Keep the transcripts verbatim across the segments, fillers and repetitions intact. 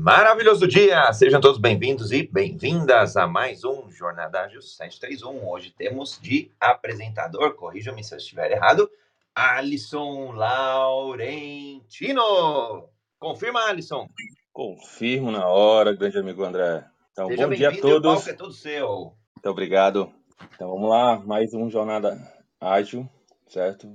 Maravilhoso dia! Sejam todos bem-vindos e bem-vindas a mais um Jornada Ágil sete três um. Hoje temos de apresentador, corrija-me se eu estiver errado, Alisson Laurentino. Confirma, Alisson. Confirmo na hora, grande amigo André. Então, Seja bom dia a bem-vindo e o palco todos. é todo seu. Muito obrigado. Então, vamos lá, mais um Jornada Ágil, certo?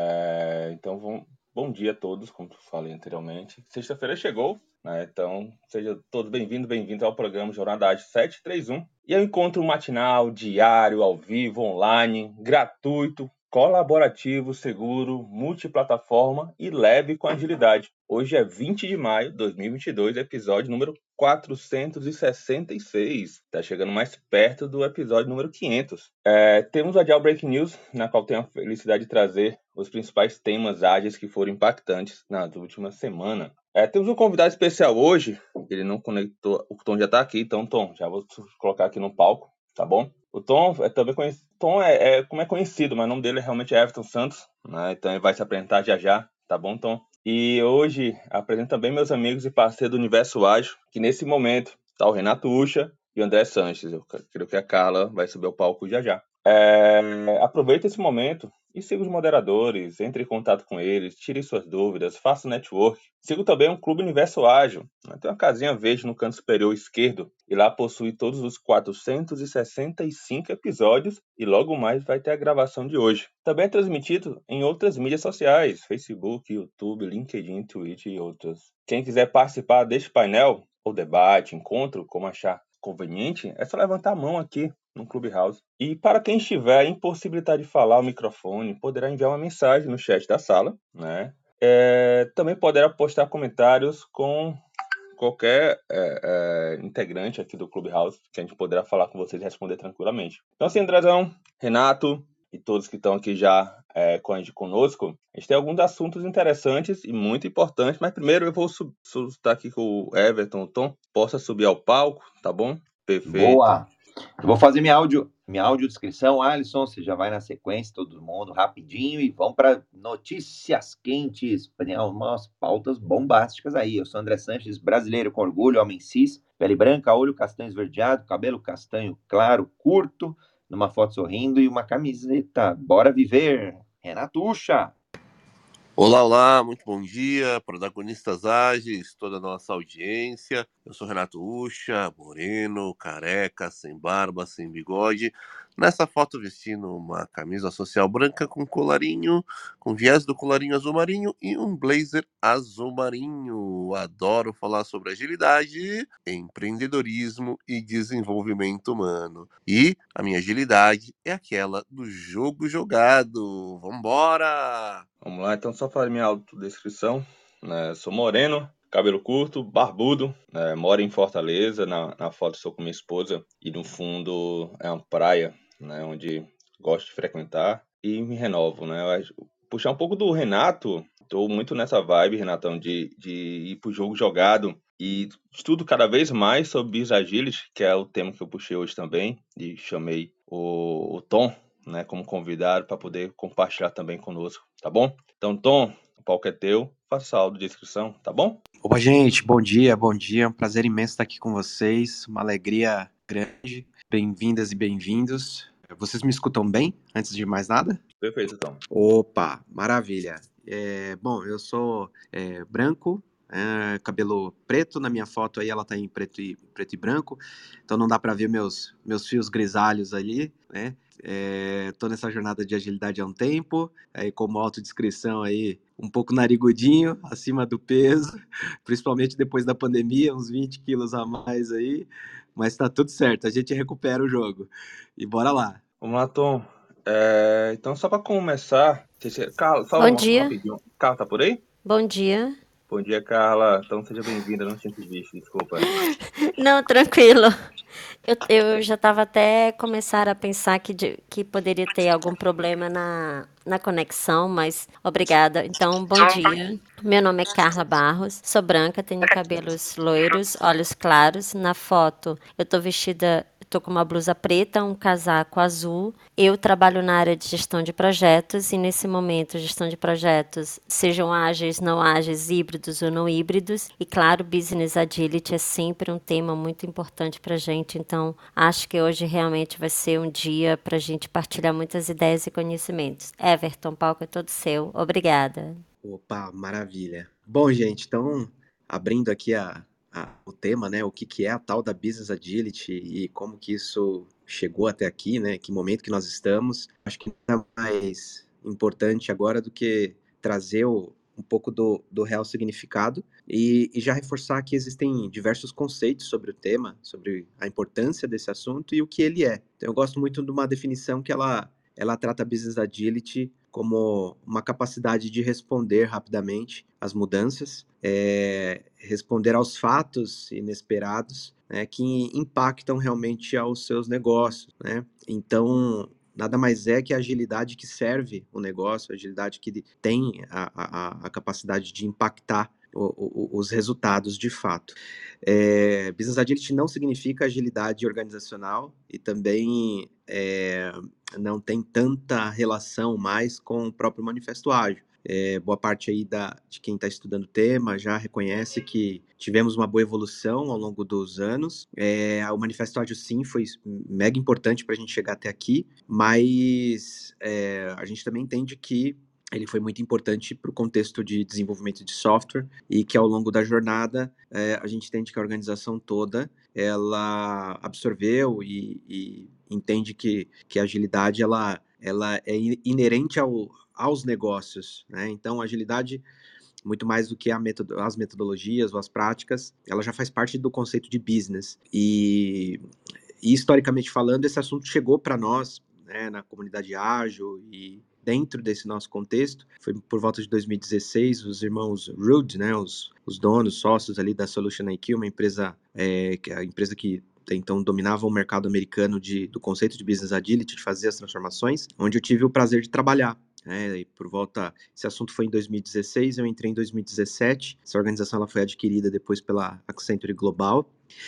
É, então, vamos, bom dia a todos, como eu falei anteriormente. Sexta-feira chegou, né? Então, sejam todos bem-vindos, bem-vindos ao programa Jornada Ágil sete três um. E é um encontro matinal, diário, ao vivo, online, gratuito, colaborativo, seguro, multiplataforma e leve com agilidade. Hoje é vinte de maio de dois mil e vinte e dois, episódio número quatrocentos e sessenta e seis. Está chegando mais perto do episódio número quinhentos. É, temos a Agile Breaking News, na qual tenho a felicidade de trazer os principais temas ágeis que foram impactantes nas últimas semanas. É, temos um convidado especial hoje, ele não conectou, o Tom já está aqui, então Tom, já vou colocar aqui no palco, tá bom? O Tom é também conhecido, Tom é, é como é conhecido, mas o nome dele é realmente Everton Santos, né? Então ele vai se apresentar já já, tá bom, Tom? E hoje apresento também meus amigos e parceiros do Universo Ágil, que nesse momento está o Renato Ucha e o André Sanches. Eu creio que a Carla vai subir ao palco já já. É, aproveita esse momento e siga os moderadores, entre em contato com eles, tire suas dúvidas, faça network. Siga também o Clube Universo Ágil. Tem uma casinha verde no canto superior esquerdo e lá possui todos os quatrocentos e sessenta e cinco episódios e logo mais vai ter a gravação de hoje. Também é transmitido em outras mídias sociais, Facebook, YouTube, LinkedIn, Twitch e outras. Quem quiser participar deste painel, ou debate, encontro, como achar conveniente, é só levantar a mão aqui no Clubhouse. E para quem estiver impossibilitado de falar ao microfone, poderá enviar uma mensagem no chat da sala, né? É, também poderá postar comentários com qualquer é, é, integrante aqui do Clubhouse, que a gente poderá falar com vocês e responder tranquilamente. Então, assim, Andrezão, Renato e todos que estão aqui já é, com a gente conosco, a gente tem alguns assuntos interessantes e muito importantes, mas primeiro eu vou estar aqui com o Everton, o Tom, possa subir ao palco, tá bom? Perfeito. Boa! Eu vou fazer minha áudio, minha audiodescrição, Alisson, você já vai na sequência, todo mundo, rapidinho, e vamos para notícias quentes, umas pautas bombásticas aí. Eu sou André Sanches, brasileiro com orgulho, homem cis, pele branca, olho castanho esverdeado, cabelo castanho claro, curto, numa foto sorrindo e uma camiseta. Bora viver! Renato Ucha! Olá, olá, muito bom dia, protagonistas ágeis, toda a nossa audiência. Eu sou Renato Ucha, moreno, careca, sem barba, sem bigode. Nessa foto vestindo uma camisa social branca com colarinho, com viés do colarinho azul marinho e um blazer azul marinho. Adoro falar sobre agilidade, empreendedorismo e desenvolvimento humano. E a minha agilidade é aquela do jogo jogado. Vambora! Vamos lá, então só para minha autodescrição, né? Sou moreno, cabelo curto, barbudo, né? Moro em Fortaleza, na, na foto estou com minha esposa e no fundo é uma praia, né? Onde gosto de frequentar e me renovo, né? Eu, puxar um pouco do Renato, estou muito nessa vibe, Renatão, de, de ir pro jogo jogado e estudo cada vez mais sobre Business Agility, que é o tema que eu puxei hoje também e chamei o, o Tom, né, como convidado para poder compartilhar também conosco, tá bom? Então, Tom, o palco é teu, faça a audiodescrição, tá bom? Opa, gente, bom dia, bom dia, um prazer imenso estar aqui com vocês, uma alegria grande, bem-vindas e bem-vindos. Vocês me escutam bem, antes de mais nada? Perfeito, Tom. Opa, maravilha. É, bom, eu sou é, branco, é, cabelo preto, na minha foto aí ela tá em preto e, preto e branco, então não dá para ver meus, meus fios grisalhos ali, né? É, tô nessa jornada de agilidade há um tempo, aí como autodescrição aí, um pouco narigudinho, acima do peso, principalmente depois da pandemia, uns vinte quilos a mais aí, mas tá tudo certo, a gente recupera o jogo, e bora lá. Vamos lá, Tom. É, então, só para começar, Carla, só Bom um, dia. rapidinho. Carla, tá por aí? Bom dia. Bom dia, Carla. Então, seja bem-vinda, não tinha te visto, desculpa. Não, tranquilo. Eu, eu já estava até começar a pensar que, de, que poderia ter algum problema na, na conexão, mas obrigada. Então, bom dia. Meu nome é Carla Barros, sou branca, tenho cabelos loiros, olhos claros. Na foto, eu estou vestida, tô com uma blusa preta, um casaco azul. Eu trabalho na área de gestão de projetos e nesse momento gestão de projetos, sejam ágeis, não ágeis, híbridos ou não híbridos. E claro, Business Agility é sempre um tema muito importante para a gente. Então, acho que hoje realmente vai ser um dia para a gente partilhar muitas ideias e conhecimentos. Everton, o palco é todo seu. Obrigada. Opa, maravilha. Bom, gente, então, abrindo aqui a, a- o tema, né, o que, que é a tal da Business Agility e como que isso chegou até aqui, né, que momento que nós estamos. Acho que nada mais importante agora do que trazer o- um pouco do, do real significado e, e já reforçar que existem diversos conceitos sobre o tema, sobre a importância desse assunto e o que ele é. Então, eu gosto muito de uma definição que ela, ela trata a Business Agility como uma capacidade de responder rapidamente às mudanças, é, responder aos fatos inesperados, né, que impactam realmente aos seus negócios, né? Então, nada mais é que a agilidade que serve o negócio, a agilidade que tem a, a, a capacidade de impactar o, o, os resultados de fato. É, Business Agility não significa agilidade organizacional e também é, não tem tanta relação mais com o próprio Manifesto Ágil. É, boa parte aí da, de quem está estudando o tema já reconhece que tivemos uma boa evolução ao longo dos anos. É, o Manifesto Ágil, sim, foi mega importante para a gente chegar até aqui, mas é, a gente também entende que ele foi muito importante para o contexto de desenvolvimento de software e que ao longo da jornada é, a gente entende que a organização toda ela absorveu e, e entende que, que a agilidade ela, ela é inerente ao, aos negócios, né? Então a agilidade, muito mais do que a metodo, as metodologias ou as práticas, ela já faz parte do conceito de business e, e historicamente falando, esse assunto chegou para nós, né, na comunidade ágil e dentro desse nosso contexto, foi por volta de dois mil e dezesseis, os irmãos Rudd, né, os, os donos, sócios ali da Solution I Q, uma empresa, é, a empresa que então dominava o mercado americano de, do conceito de Business Agility, de fazer as transformações, onde eu tive o prazer de trabalhar. É, e por volta, esse assunto foi em dois mil e dezesseis, eu entrei em dois mil e dezessete, essa organização ela foi adquirida depois pela Accenture Global,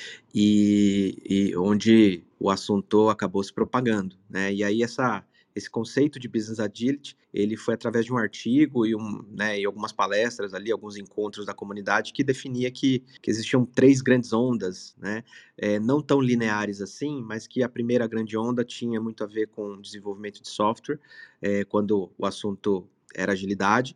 e, e onde o assunto acabou se propagando, né? E aí essa, esse conceito de Business Agility, ele foi através de um artigo e, um, né, e algumas palestras ali, alguns encontros da comunidade que definia que, que existiam três grandes ondas, né? É, não tão lineares assim, mas que a primeira grande onda tinha muito a ver com desenvolvimento de software, é, quando o assunto era agilidade,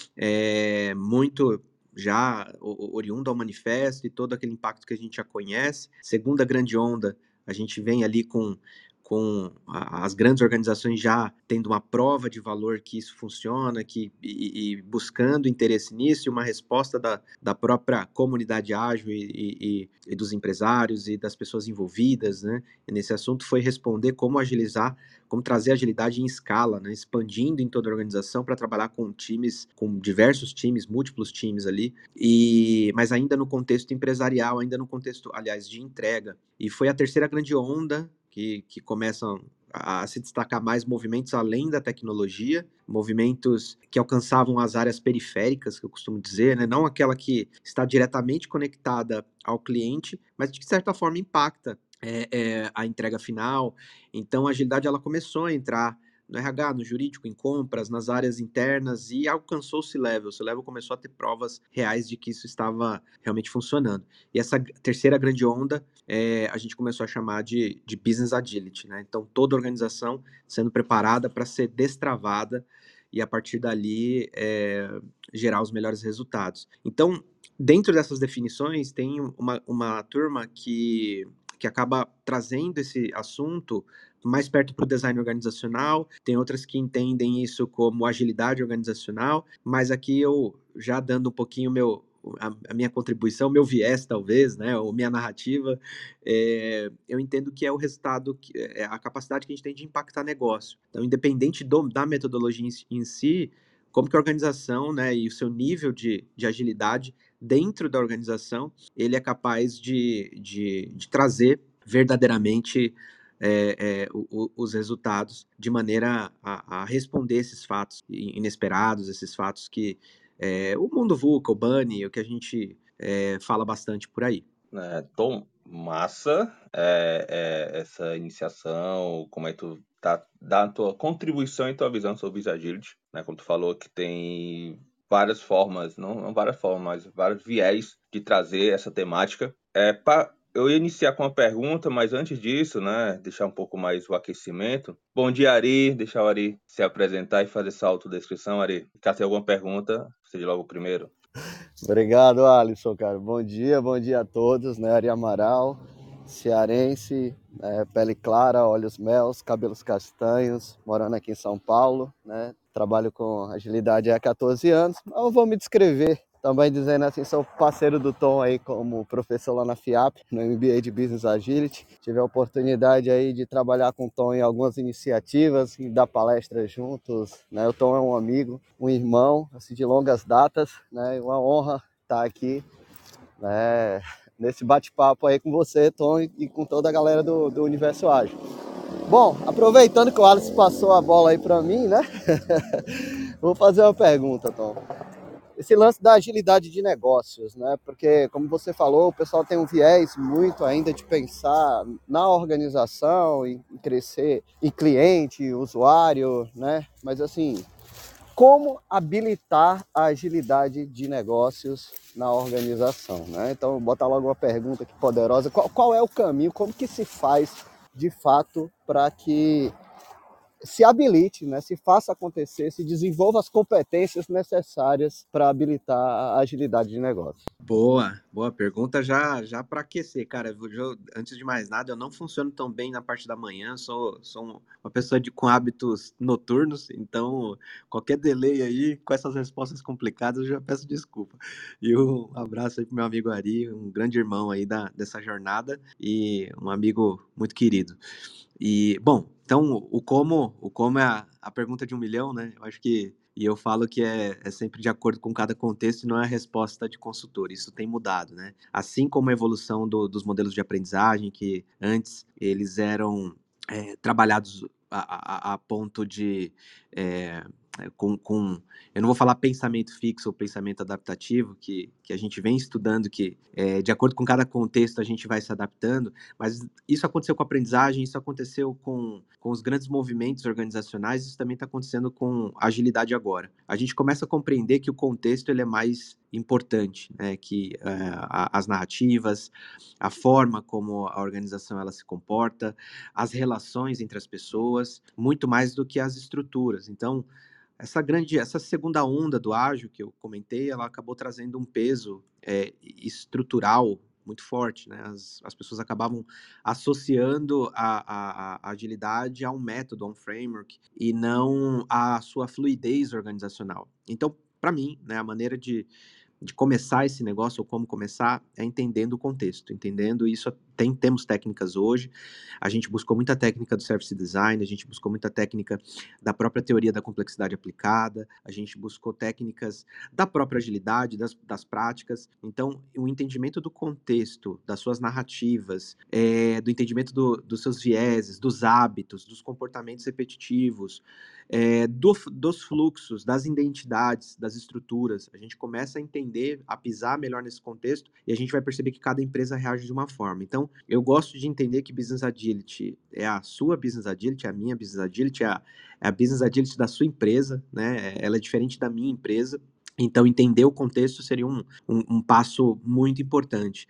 é, muito já oriundo ao manifesto e todo aquele impacto que a gente já conhece. Segunda grande onda, a gente vem ali com, com as grandes organizações já tendo uma prova de valor que isso funciona, que, e, e buscando interesse nisso, e uma resposta da, da própria comunidade ágil e, e, e dos empresários e das pessoas envolvidas, né, nesse assunto, foi responder como agilizar, como trazer agilidade em escala, né, expandindo em toda a organização para trabalhar com times, com diversos times, múltiplos times ali, e, mas ainda no contexto empresarial, ainda no contexto, aliás, de entrega. E foi a terceira grande onda que, que começam a se destacar mais movimentos além da tecnologia, movimentos que alcançavam as áreas periféricas, que eu costumo dizer, né? Não aquela que está diretamente conectada ao cliente, mas que de certa forma impacta é, é, a entrega final. Então a agilidade ela começou a entrar no R H, no jurídico, em compras, nas áreas internas e alcançou o C-Level. O C-Level começou a ter provas reais de que isso estava realmente funcionando. E essa terceira grande onda é, a gente começou a chamar de, de Business Agility, né? Então, toda organização sendo preparada para ser destravada e, a partir dali, é, gerar os melhores resultados. Então, dentro dessas definições, tem uma, uma turma que, que acaba trazendo esse assunto mais perto para o design organizacional, tem outras que entendem isso como agilidade organizacional, mas aqui eu, já dando um pouquinho meu, a, a minha contribuição, meu viés talvez, né, ou minha narrativa, é, eu entendo que é o resultado, que, é a capacidade que a gente tem de impactar negócio. Então, independente do, da metodologia em, em si, como que a organização, né, e o seu nível de, de agilidade dentro da organização, ele é capaz de, de, de trazer verdadeiramente é, é, o, o, os resultados de maneira a, a responder esses fatos inesperados, esses fatos que é, o mundo VUCA, o Bunny, o que a gente é, fala bastante por aí. É, Tom, massa é, é, essa iniciação, como é que tu tá, dá a tua contribuição e tua visão sobre Business Agility, né? Como tu falou que tem várias formas, não, não várias formas, mas vários viés de trazer essa temática. É, pra, eu ia iniciar com uma pergunta, mas antes disso, né, deixar um pouco mais o aquecimento. Bom dia, Ari. Deixar o Ari se apresentar e fazer essa autodescrição, Ari. Caso tenha alguma pergunta, seja logo o primeiro. Obrigado, Alisson, cara. Bom dia, bom dia a todos, né? Ari Amaral, cearense, né? Pele clara, olhos meus, cabelos castanhos, morando aqui em São Paulo, né? Trabalho com agilidade há quatorze anos. Eu vou me descrever também dizendo assim, sou parceiro do Tom aí como professor lá na FIAP, no M B A de Business Agility. Tive a oportunidade aí de trabalhar com o Tom em algumas iniciativas e dar palestras juntos, né? O Tom é um amigo, um irmão, assim, de longas datas, né? Uma honra estar aqui, né? Nesse bate-papo aí com você, Tom, e com toda a galera do, do Universo Ágil. Bom, aproveitando que o Alisson passou a bola aí para mim, né? Vou fazer uma pergunta, Tom. Esse lance da agilidade de negócios, né? Porque, como você falou, o pessoal tem um viés muito ainda de pensar na organização, em crescer em cliente, usuário, né? Mas, assim, como habilitar a agilidade de negócios na organização, né? Então, vou botar logo uma pergunta aqui poderosa. Qual, qual é o caminho, como que se faz, de fato, para que se habilite, né, se faça acontecer, se desenvolva as competências necessárias para habilitar a agilidade de negócio? Boa, boa pergunta já já para aquecer, cara. Eu, antes de mais nada, eu não funciono tão bem na parte da manhã, sou, sou uma pessoa de, com hábitos noturnos, então qualquer delay aí com essas respostas complicadas eu já peço desculpa. E um abraço aí pro meu amigo Ari, um grande irmão aí da, dessa jornada e um amigo muito querido. E, bom, então o como, o como é a, a pergunta de um milhão, né? Eu acho que, e eu falo que é, é sempre de acordo com cada contexto e não é a resposta de consultor, isso tem mudado, né? Assim como a evolução do, dos modelos de aprendizagem, que antes eles eram é, trabalhados a, a, a ponto de... É, com, com, eu não vou falar pensamento fixo ou pensamento adaptativo, que, que a gente vem estudando, que é, de acordo com cada contexto a gente vai se adaptando, mas isso aconteceu com a aprendizagem, isso aconteceu com, com os grandes movimentos organizacionais, isso também está acontecendo com a agilidade agora. A gente começa a compreender que o contexto ele é mais importante, né? Que é, a, as narrativas, a forma como a organização ela se comporta, as relações entre as pessoas, muito mais do que as estruturas. Então, essa grande, essa segunda onda do ágil que eu comentei, ela acabou trazendo um peso é, estrutural muito forte, né? As, as pessoas acabavam associando a, a, a agilidade a um método, a um framework, e não a sua fluidez organizacional. Então, para mim, né, a maneira de, de começar esse negócio, ou como começar, é entendendo o contexto, entendendo isso. Tem, temos técnicas hoje, a gente buscou muita técnica do service design, a gente buscou muita técnica da própria teoria da complexidade aplicada, a gente buscou técnicas da própria agilidade, das, das práticas. Então, o entendimento do contexto, das suas narrativas, é, do entendimento do, dos seus vieses, dos hábitos, dos comportamentos repetitivos, é, do, dos fluxos, das identidades, das estruturas. A gente começa a entender, a pisar melhor nesse contexto e a gente vai perceber que cada empresa reage de uma forma. Então, eu gosto de entender que Business Agility é a sua Business Agility, é a minha Business Agility, é a, é a Business Agility da sua empresa, né? Ela é diferente da minha empresa. Então, entender o contexto seria um, um, um passo muito importante.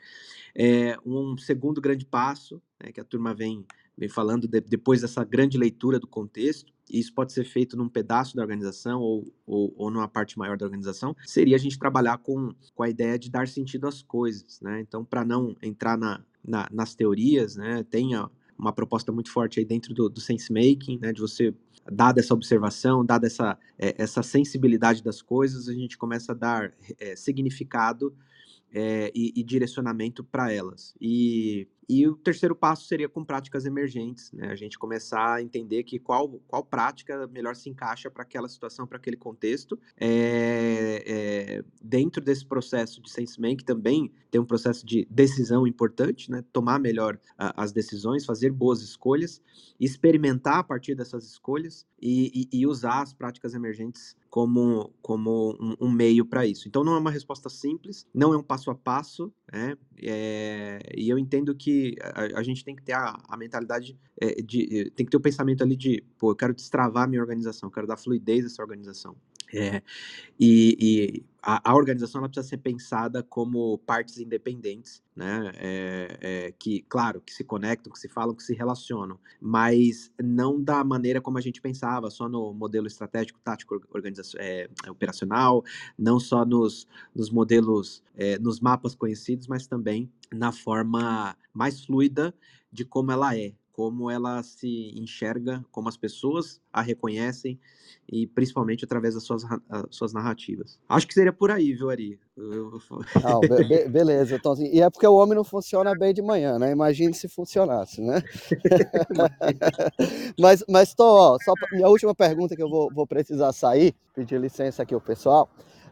É, um segundo grande passo, né, que a turma vem, vem falando de, depois dessa grande leitura do contexto, e isso pode ser feito num pedaço da organização ou, ou, ou numa parte maior da organização, seria a gente trabalhar com, com a ideia de dar sentido às coisas, né? Então, para não entrar na, na, nas teorias, né, tem uma proposta muito forte aí dentro do, do sense making, né, de você, dada essa observação, dada essa, é, essa sensibilidade das coisas, a gente começa a dar é, significado É, e, e direcionamento para elas. E, e o terceiro passo seria com práticas emergentes, né? A gente começar a entender que qual, qual prática melhor se encaixa para aquela situação, para aquele contexto. É, é, dentro desse processo de sense-making também tem um processo de decisão importante, né? Tomar melhor a, as decisões, fazer boas escolhas, experimentar a partir dessas escolhas e, e, e usar as práticas emergentes como, como um, um meio para isso. Então, não é uma resposta simples, não é um passo a passo, né? é, e eu entendo que a, a gente tem que ter a, a mentalidade, é, de, tem que ter o pensamento ali de, pô, eu quero destravar a minha organização, eu quero dar fluidez a essa organização. É, e, e a, a organização ela precisa ser pensada como partes independentes, né? É, é, que, claro, que se conectam, que se falam, que se relacionam, mas não da maneira como a gente pensava, só no modelo estratégico, tático, organização, é, operacional, não só nos, nos modelos, é, nos mapas conhecidos, mas também na forma mais fluida de como ela é, como ela se enxerga, como as pessoas a reconhecem, e principalmente através das suas, suas narrativas. Acho que seria por aí, viu, Ari? Eu... Não, be be beleza. Então, assim, e é porque o homem não funciona bem de manhã, né? Imagine se funcionasse, né? mas, mas tô, ó, só pra, minha última pergunta que eu vou, vou precisar sair, pedir licença aqui ao pessoal.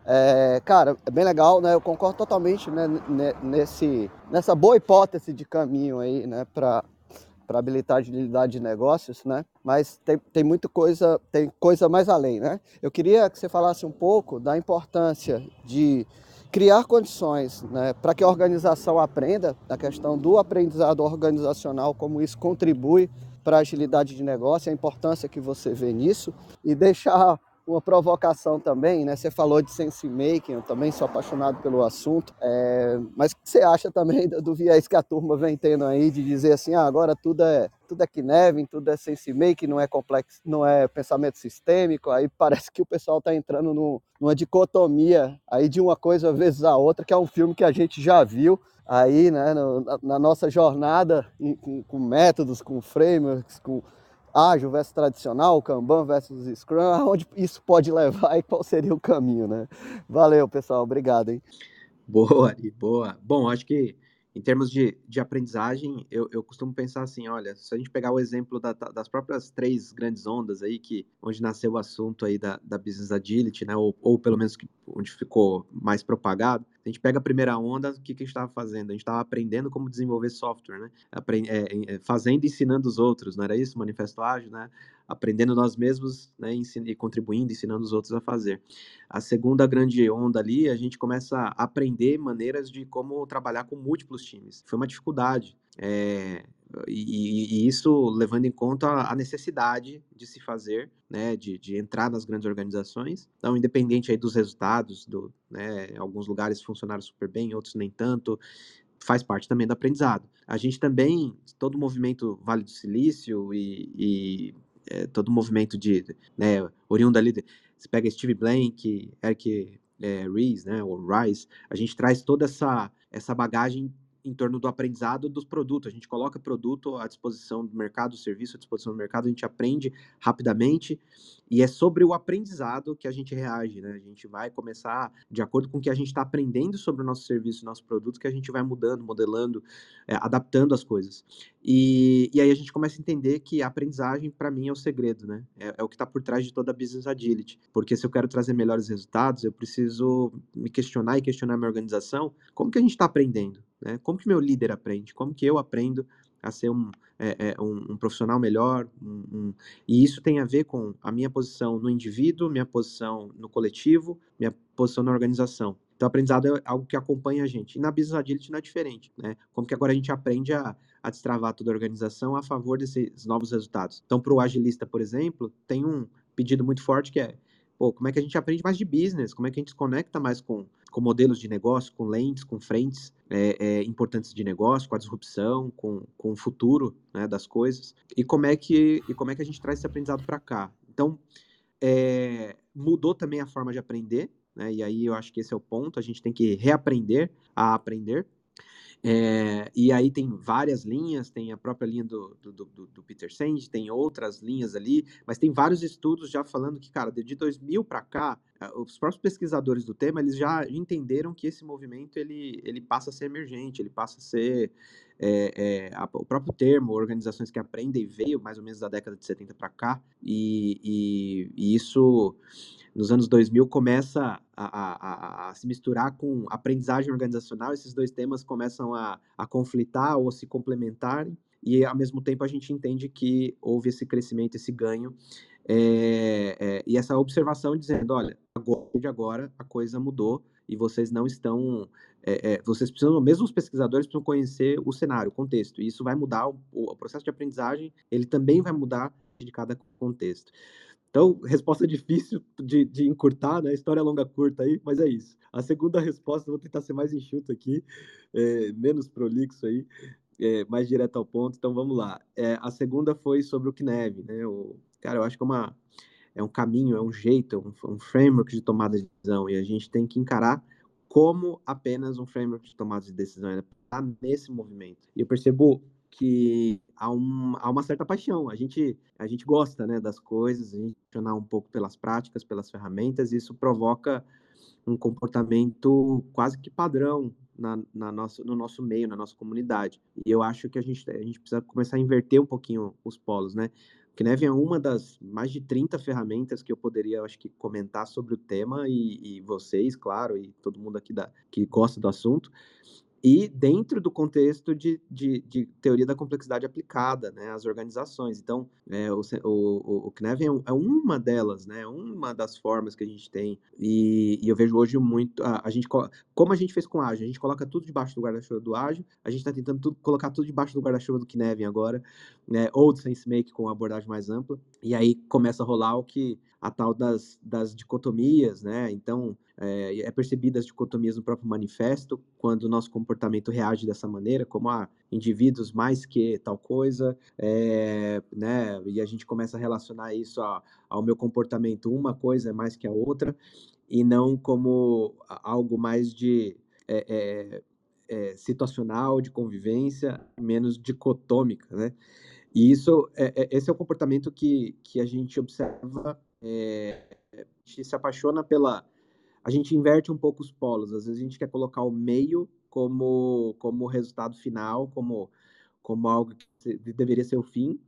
É, cara, é bem legal, né? Eu concordo totalmente, né, nesse, nessa boa hipótese de caminho aí, né, para para habilitar a agilidade de negócios, né? Mas tem, tem muita coisa, tem coisa mais além, né? Eu queria que você falasse um pouco da importância de criar condições, né, para que a organização aprenda, a questão do aprendizado organizacional, como isso contribui para a agilidade de negócio, a importância que você vê nisso, e deixar uma provocação também, né? Você falou de sense making, eu também sou apaixonado pelo assunto, é... mas o que você acha também do viés que a turma vem tendo aí de dizer assim, ah, agora tudo é tudo é Knevin, tudo é sense making, não é complexo, não é pensamento sistêmico, aí parece que o pessoal está entrando no, numa dicotomia aí de uma coisa vezes a outra, que é um filme que a gente já viu aí, né, no, na, na nossa jornada em, com, com métodos, com frameworks, com ágil versus tradicional, Kanban versus Scrum, aonde isso pode levar e qual seria o caminho, né? Valeu, pessoal. Obrigado, hein? Boa, Ari, boa. Bom, acho que em termos de, de aprendizagem, eu, eu costumo pensar assim, olha, se a gente pegar o exemplo da, das próprias três grandes ondas aí, que, onde nasceu o assunto aí da, da Business Agility, né, ou, ou pelo menos que, onde ficou mais propagado, a gente pega a primeira onda, o que, que a gente estava fazendo? A gente estava aprendendo como desenvolver software, né? Aprend, é, é, fazendo e ensinando os outros, não era isso? Manifesto Ágil, né? Aprendendo nós mesmos, né? Ensin, e contribuindo, ensinando os outros a fazer. A segunda grande onda ali, a gente começa a aprender maneiras de como trabalhar com múltiplos times. Foi uma dificuldade. É, e, e isso levando em conta a necessidade de se fazer, né, de, de entrar nas grandes organizações. Então, independente aí dos resultados, do, né, alguns lugares funcionaram super bem, outros nem tanto, faz parte também do aprendizado. A gente também, todo o movimento Vale do Silício e, e é, todo o movimento de, né, oriundo ali, de, você pega Steve Blank, Eric é, Ries, né, ou Rice, a gente traz toda essa, essa bagagem em torno do aprendizado dos produtos. A gente coloca produto à disposição do mercado, serviço à disposição do mercado, a gente aprende rapidamente, e é sobre o aprendizado que a gente reage, né? A gente vai começar, de acordo com o que a gente está aprendendo sobre o nosso serviço, nosso produto, que a gente vai mudando, modelando, é, adaptando as coisas. E, e aí a gente começa a entender que a aprendizagem, para mim, é o segredo, né? É, é o que está por trás de toda a Business Agility. Porque se eu quero trazer melhores resultados, eu preciso me questionar e questionar minha organização, como que a gente está aprendendo? Né? Como que meu líder aprende? Como que eu aprendo a ser um, é, é, um, um profissional melhor? Um, um... E isso tem a ver com a minha posição no indivíduo, minha posição no coletivo, minha posição na organização. Então, aprendizado é algo que acompanha a gente. E na Business Agility não é diferente, né? Como que agora a gente aprende a, a destravar toda a organização a favor desses novos resultados. Então, para o agilista, por exemplo, tem um pedido muito forte que é, pô, como é que a gente aprende mais de business? Como é que a gente se conecta mais com, com modelos de negócio, com lentes, com frentes é, é, importantes de negócio, com a disrupção, com, com o futuro, né, das coisas? E como é que, e como é que a gente traz esse aprendizado para cá? Então, é, mudou também a forma de aprender, né? E aí eu acho que esse é o ponto, a gente tem que reaprender a aprender. É, e aí tem várias linhas, tem a própria linha do, do, do, do Peter Senge, tem outras linhas ali, mas tem vários estudos já falando que, cara, de dois mil para cá, os próprios pesquisadores do tema, eles já entenderam que esse movimento, ele, ele passa a ser emergente, ele passa a ser, é, é, a, o próprio termo, organizações que aprendem, veio mais ou menos da década de setenta para cá, e, e, e isso, nos anos dois mil, começa a, a, a, a se misturar com aprendizagem organizacional, esses dois temas começam a, a conflitar ou se complementarem, e ao mesmo tempo a gente entende que houve esse crescimento, esse ganho, é, é, e essa observação dizendo, olha, agora, de agora a coisa mudou, e vocês não estão... É, é, vocês precisam, mesmo os pesquisadores precisam conhecer o cenário, o contexto, e isso vai mudar, o, o processo de aprendizagem, ele também vai mudar de cada contexto. Então, resposta difícil de, de encurtar, né? História longa curta aí, mas é isso. A segunda resposta, vou tentar ser mais enxuto aqui, é, menos prolixo aí, é, mais direto ao ponto, então vamos lá. É, a segunda foi sobre o C N E V, né? O, cara, eu acho que é, uma, é um caminho, é um jeito, é um, um framework de tomada de decisão, e a gente tem que encarar como apenas um framework de tomada de decisão, ele está nesse movimento. E eu percebo que há, um, há uma certa paixão, a gente, a gente gosta, né, das coisas, a gente apaixonar um pouco pelas práticas, pelas ferramentas, e isso provoca um comportamento quase que padrão na, na nossa, no nosso meio, na nossa comunidade. E eu acho que a gente, a gente precisa começar a inverter um pouquinho os polos, né? O C N E V é uma das mais de trinta ferramentas que eu poderia, acho que, comentar sobre o tema, e, e vocês, claro, e todo mundo aqui da, que gosta do assunto, e dentro do contexto de, de, de teoria da complexidade aplicada, né, às organizações. Então, é, o, o, o C N E V é, um, é uma delas, né, uma das formas que a gente tem, e, e eu vejo hoje muito, a, a gente, como a gente fez com o Ágil, a gente coloca tudo debaixo do guarda-chuva do Ágil, a gente está tentando tudo, colocar tudo debaixo do guarda-chuva do C N E V agora, né, ou do SenseMake com uma abordagem mais ampla, e aí começa a rolar o que, a tal das, das dicotomias, né, então, é, é percebida as dicotomias no próprio manifesto, quando o nosso comportamento reage dessa maneira, como a ah, indivíduos mais que tal coisa, é, né, e a gente começa a relacionar isso a, ao meu comportamento, uma coisa é mais que a outra, e não como algo mais de é, é, é, situacional, de convivência, menos dicotômica, né? E isso, é, é, esse é o comportamento que, que a gente observa, é, a gente se apaixona pela... A gente inverte um pouco os polos, às vezes a gente quer colocar o meio como, como resultado final, como, como algo que deveria ser o fim,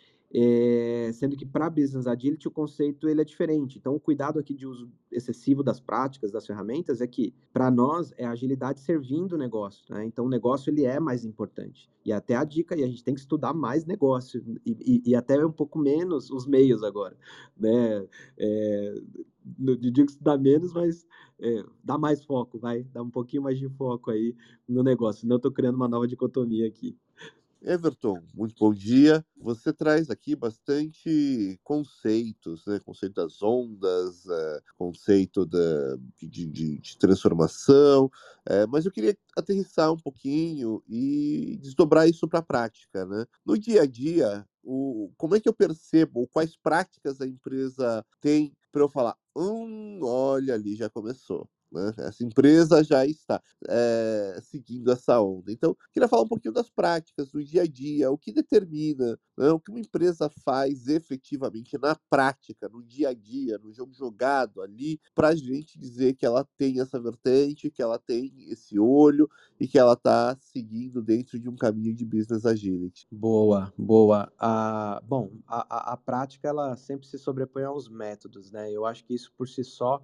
é, sendo que para Business Agility o conceito ele é diferente. Então, o cuidado aqui de uso excessivo das práticas, das ferramentas, é que, para nós, é a agilidade servindo o negócio, né? Então, o negócio ele é mais importante. E até a dica, e a gente tem que estudar mais negócio, e, e, e até um pouco menos os meios agora, né? É, não digo que estudar menos, mas é, dá mais foco, vai, dá um pouquinho mais de foco aí no negócio. Senão eu estou criando uma nova dicotomia aqui. Everton, muito bom dia. Você traz aqui bastante conceitos, né? Conceito das ondas, é, conceito da, de, de, de transformação, é, mas eu queria aterrissar um pouquinho e desdobrar isso para a prática, né? No dia a dia, o, como é que eu percebo, quais práticas a empresa tem para eu falar, hum, olha ali, já começou. Né? Essa empresa já está é, seguindo essa onda. Então, queria falar um pouquinho das práticas, do dia a dia, o que determina, né, o que uma empresa faz efetivamente na prática, no dia a dia, no jogo jogado ali, para a gente dizer que ela tem essa vertente, que ela tem esse olho e que ela está seguindo dentro de um caminho de business agility. Boa, boa. Ah, bom, a, a, a prática ela sempre se sobrepõe aos métodos, né? Eu acho que isso por si só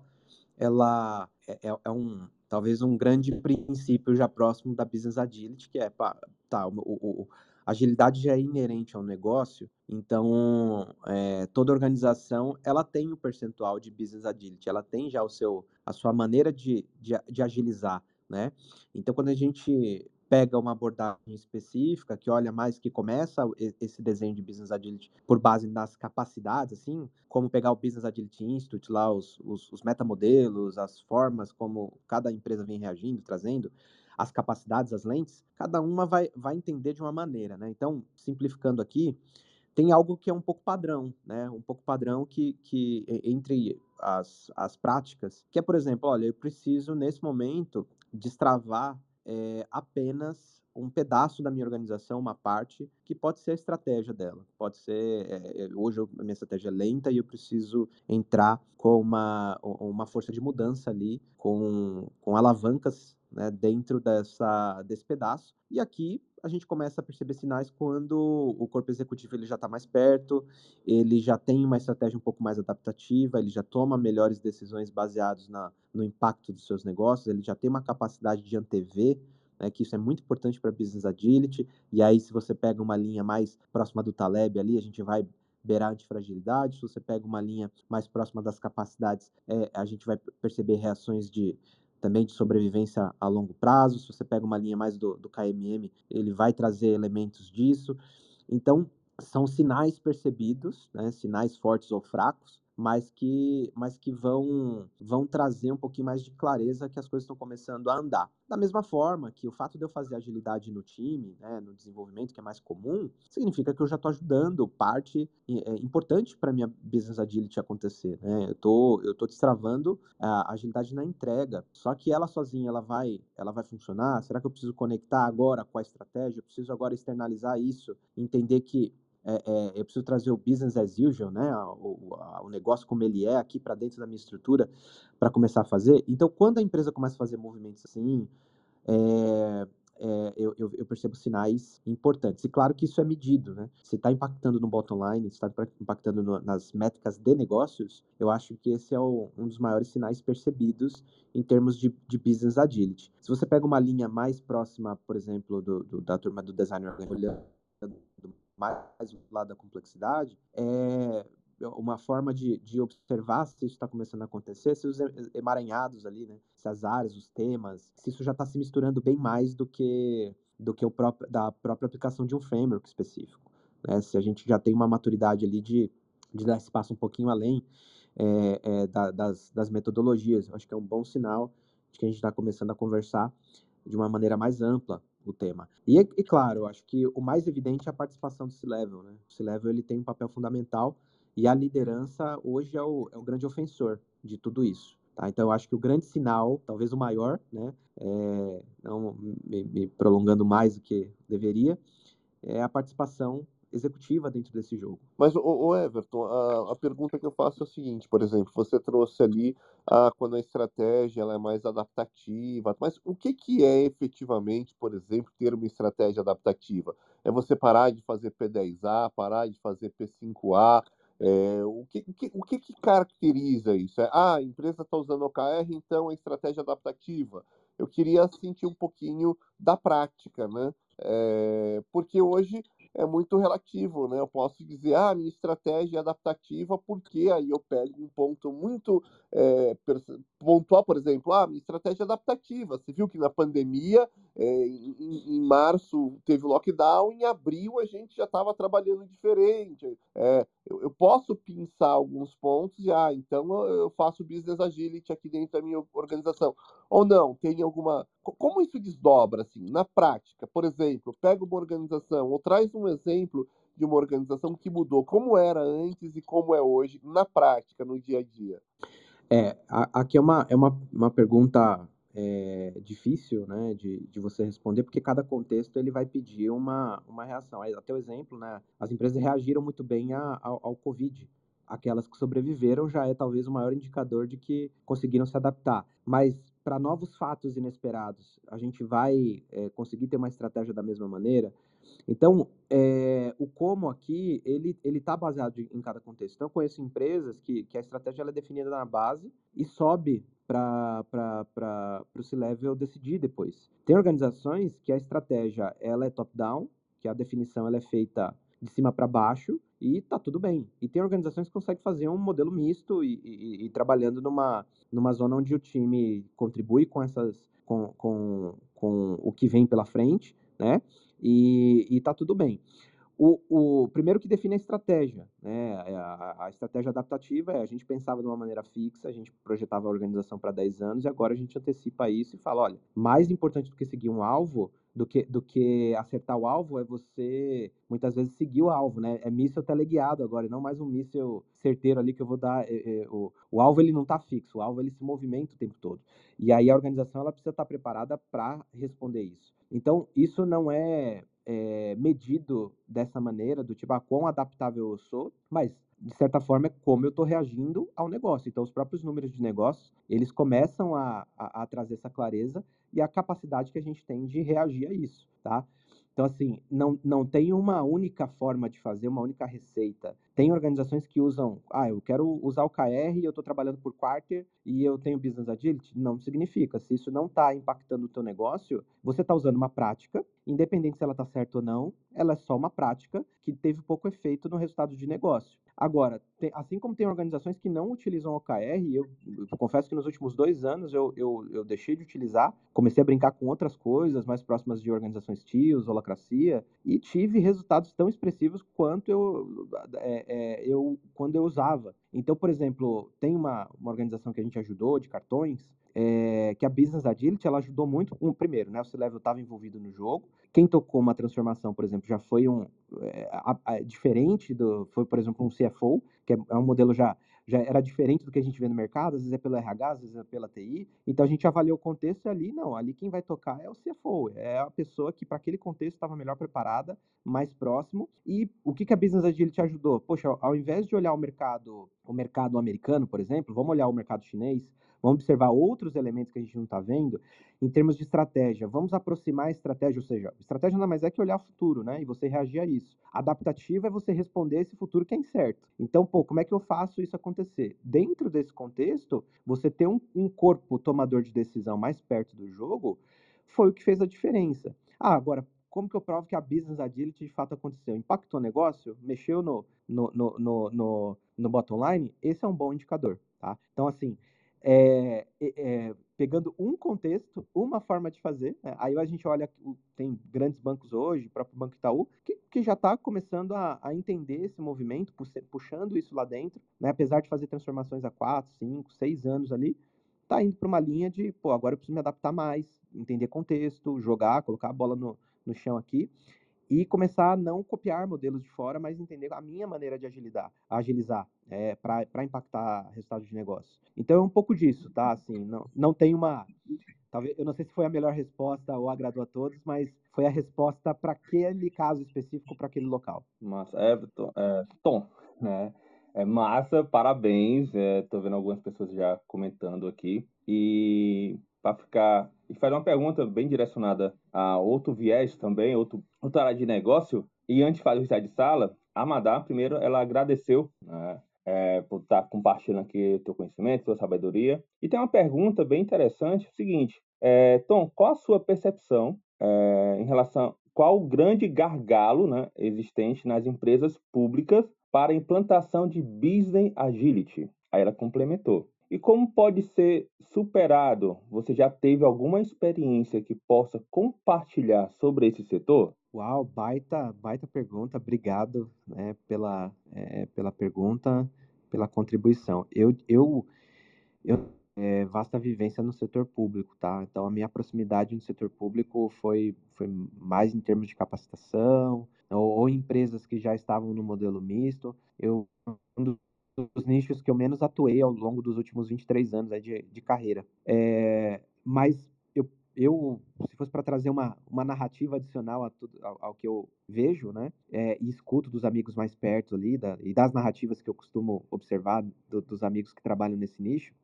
ela é, é, é um talvez um grande princípio já próximo da Business Agility, que é, pá, tá, o, o, a agilidade já é inerente ao negócio, então é, toda organização ela tem um percentual de Business Agility, ela tem já o seu, a sua maneira de, de, de agilizar, né? Então, quando a gente pega uma abordagem específica, que olha mais, que começa esse desenho de Business Agility por base nas capacidades, assim, como pegar o Business Agility Institute, lá os, os, os metamodelos, as formas como cada empresa vem reagindo, trazendo, as capacidades, as lentes, cada uma vai, vai entender de uma maneira, né? Então, simplificando aqui, tem algo que é um pouco padrão, né? Um pouco padrão que, que entre as, as práticas, que é, por exemplo, olha, eu preciso, nesse momento, destravar é, apenas um pedaço da minha organização, uma parte, que pode ser a estratégia dela. Pode ser, é, hoje eu, a minha estratégia é lenta e eu preciso entrar com uma, uma força de mudança ali, com, com alavancas, né, dentro dessa, desse pedaço. E aqui a gente começa a perceber sinais quando o corpo executivo ele já está mais perto, ele já tem uma estratégia um pouco mais adaptativa, ele já toma melhores decisões baseadas na, no impacto dos seus negócios, ele já tem uma capacidade de antever, né, que isso é muito importante para Business Agility, e aí se você pega uma linha mais próxima do Taleb ali, a gente vai beirar antifragilidade, se você pega uma linha mais próxima das capacidades, é, a gente vai perceber reações de também de sobrevivência a longo prazo. Se você pega uma linha mais do, do K M M, ele vai trazer elementos disso. Então, são sinais percebidos, né, sinais fortes ou fracos, mas que, mas que vão, vão trazer um pouquinho mais de clareza que as coisas estão começando a andar. Da mesma forma que o fato de eu fazer agilidade no time, né, no desenvolvimento, que é mais comum, significa que eu já estou ajudando parte é, importante para a minha business agility acontecer. Né? Eu tô, eu tô destravando a agilidade na entrega, só que ela sozinha ela vai, ela vai funcionar? Será que eu preciso conectar agora com a estratégia? Eu preciso agora externalizar isso, entender que É, é, eu preciso trazer o business as usual, né, o, a, o negócio como ele é aqui para dentro da minha estrutura para começar a fazer. Então, quando a empresa começa a fazer movimentos assim, é, é, eu, eu, eu percebo sinais importantes. E claro que isso é medido, né? Se está impactando no bottom line, se está impactando no, nas métricas de negócios, eu acho que esse é o, um dos maiores sinais percebidos em termos de, de business agility. Se você pega uma linha mais próxima, por exemplo, do, do, da turma do design olhando mais do lado da complexidade, é uma forma de, de observar se isso está começando a acontecer, se os emaranhados ali, né, se as áreas, os temas, se isso já está se misturando bem mais do que, do que o próprio, da própria aplicação de um framework específico. Né? Se a gente já tem uma maturidade ali de, de dar espaço um pouquinho além é, é, da, das, das metodologias, eu acho que é um bom sinal de que a gente está começando a conversar de uma maneira mais ampla o tema. E, e claro, eu acho que o mais evidente é a participação do C-Level, né? O C-Level ele tem um papel fundamental e a liderança hoje é o, é o grande ofensor de tudo isso. Tá? Então, eu acho que o grande sinal, talvez o maior, né? É, não me, me prolongando mais do que deveria, é a participação executiva dentro desse jogo. Mas, o Everton, a, a pergunta que eu faço é a seguinte, por exemplo, você trouxe ali ah, quando a estratégia ela é mais adaptativa, mas o que, que é efetivamente, por exemplo, ter uma estratégia adaptativa? É você parar de fazer P dez A, parar de fazer P cinco A? É, o, que, o, que, o que que caracteriza isso? É, ah, a empresa está usando O K R, então é estratégia adaptativa. Eu queria sentir um pouquinho da prática, né? É, porque hoje é muito relativo, né? Eu posso dizer, ah, minha estratégia é adaptativa, porque aí eu pego um ponto muito é, pontual, por exemplo, ah, minha estratégia é adaptativa. Você viu que na pandemia, é, em, em março teve o lockdown, em abril a gente já estava trabalhando diferente. É, eu, eu posso pensar alguns pontos e, ah, então eu faço business agility aqui dentro da minha organização. Ou não, tem alguma... Como isso desdobra, assim, na prática? Por exemplo, pega uma organização, ou traz um exemplo de uma organização que mudou, como era antes e como é hoje, na prática, no dia a dia. É, a, aqui é uma, é uma, uma pergunta é, difícil, né, de, de você responder, porque cada contexto ele vai pedir uma, uma reação. Aí, até o exemplo, né, as empresas reagiram muito bem a, ao, ao Covid. Aquelas que sobreviveram já é talvez o maior indicador de que conseguiram se adaptar. Mas para novos fatos inesperados, a gente vai é, conseguir ter uma estratégia da mesma maneira? Então, é, o como aqui, ele ele está baseado em cada contexto. Então, eu conheço empresas que, que a estratégia ela é definida na base e sobe para o C-Level decidir depois. Tem organizações que a estratégia ela é top-down, que a definição ela é feita de cima para baixo e tá tudo bem. E tem organizações que conseguem fazer um modelo misto e, e, e trabalhando numa, numa zona onde o time contribui com essas com, com, com o que vem pela frente, né? E, e tá tudo bem. O, o primeiro que define a estratégia, né? A, a estratégia adaptativa é a gente pensava de uma maneira fixa, a gente projetava a organização para dez anos e agora a gente antecipa isso e fala, olha, mais importante do que seguir um alvo, do que, do que acertar o alvo é você, muitas vezes, seguir o alvo, né? É míssil teleguiado agora, e não mais um míssil certeiro ali que eu vou dar. É, é, o, o alvo, ele não está fixo, o alvo, ele se movimenta o tempo todo. E aí a organização, ela precisa estar preparada para responder isso. Então, isso não é, é medido dessa maneira, do tipo, ah, quão adaptável eu sou, mas, de certa forma, é como eu estou reagindo ao negócio. Então, os próprios números de negócios, eles começam a, a, a trazer essa clareza e a capacidade que a gente tem de reagir a isso, tá? Então, assim, não, não tem uma única forma de fazer, uma única receita. Tem organizações que usam, ah, eu quero usar o K R e eu estou trabalhando por quarter e eu tenho Business Agility. Não significa. Se isso não está impactando o teu negócio, você está usando uma prática independente se ela está certa ou não, ela é só uma prática que teve pouco efeito no resultado de negócio. Agora, tem, assim como tem organizações que não utilizam O K R, eu, eu confesso que nos últimos dois anos eu, eu, eu deixei de utilizar, comecei a brincar com outras coisas mais próximas de organizações TIOS, holacracia, e tive resultados tão expressivos quanto eu, é, é, eu quando eu usava. Então, por exemplo, tem uma, uma organização que a gente ajudou de cartões, é, que a Business Agility, ela ajudou muito. Um, primeiro, né, o C-Level estava envolvido no jogo. Quem tocou uma transformação, por exemplo, já foi um é, a, a, diferente do, foi, por exemplo, um C F O, que é, é um modelo já já era diferente do que a gente vê no mercado, às vezes é pelo R H, às vezes é pela T I. Então a gente avaliou o contexto e ali não, ali quem vai tocar é o C F O, é a pessoa que para aquele contexto estava melhor preparada, mais próximo. E o que, que a Business Agility ajudou? Poxa, ao invés de olhar o mercado, o mercado americano, por exemplo, vamos olhar o mercado chinês, vamos observar outros elementos que a gente não está vendo. Em termos de estratégia, vamos aproximar a estratégia, ou seja, estratégia nada mais é que olhar o futuro, né? E você reagir a isso. Adaptativa é você responder a esse futuro que é incerto. Então, pô, como é que eu faço isso acontecer? Dentro desse contexto, você ter um, um corpo tomador de decisão mais perto do jogo foi o que fez a diferença. Ah, agora, como que eu provo que a Business Agility de fato aconteceu? Impactou o negócio? Mexeu no, no, no, no, no, no bottom line? Esse é um bom indicador, tá? Então, assim, é, é, pegando um contexto, uma forma de fazer, né? Aí a gente olha, tem grandes bancos hoje, o próprio Banco Itaú, que, que já está começando a, a entender esse movimento, puxando isso lá dentro, né? Apesar de fazer transformações há quatro, cinco, seis anos ali, está indo para uma linha de, pô, agora eu preciso me adaptar mais, entender contexto, jogar, colocar a bola no, no chão aqui, e começar a não copiar modelos de fora, mas entender a minha maneira de agilizar, agilizar é, para impactar resultado de negócio. Então é um pouco disso, tá? Assim, não, não tem uma... Talvez, eu não sei se foi a melhor resposta ou agradou a todos, mas foi a resposta para aquele caso específico, para aquele local. Massa. Everton, é, Tom, né? É massa, parabéns. Estou vendo algumas pessoas já comentando aqui. E para ficar. E fazer uma pergunta bem direcionada a outro viés também, outro, outra área de negócio. E antes de fazer o reset de sala, a Madá, primeiro, ela agradeceu, né, é, por estar compartilhando aqui o teu conhecimento, sua sabedoria. E tem uma pergunta bem interessante, o seguinte, é, Tom, qual a sua percepção é, em relação qual o grande gargalo, né, existente nas empresas públicas para a implantação de Business Agility? Aí ela complementou. E como pode ser superado? Você já teve alguma experiência que possa compartilhar sobre esse setor? Uau, baita, baita pergunta. Obrigado, né, pela, é, pela pergunta, pela contribuição. Eu, eu, eu é, vasta vivência no setor público, tá? Então, a minha proximidade no setor público foi, foi mais em termos de capacitação, ou, ou empresas que já estavam no modelo misto. Eu, um dos nichos que eu menos atuei ao longo dos últimos vinte e três anos aí de, de carreira. É, mas eu, eu, se fosse para trazer uma, uma narrativa adicional a tudo, ao, ao que eu vejo, né, é, e escuto dos amigos mais perto ali, da, e das narrativas que eu costumo observar do, dos amigos que trabalham nesse nicho,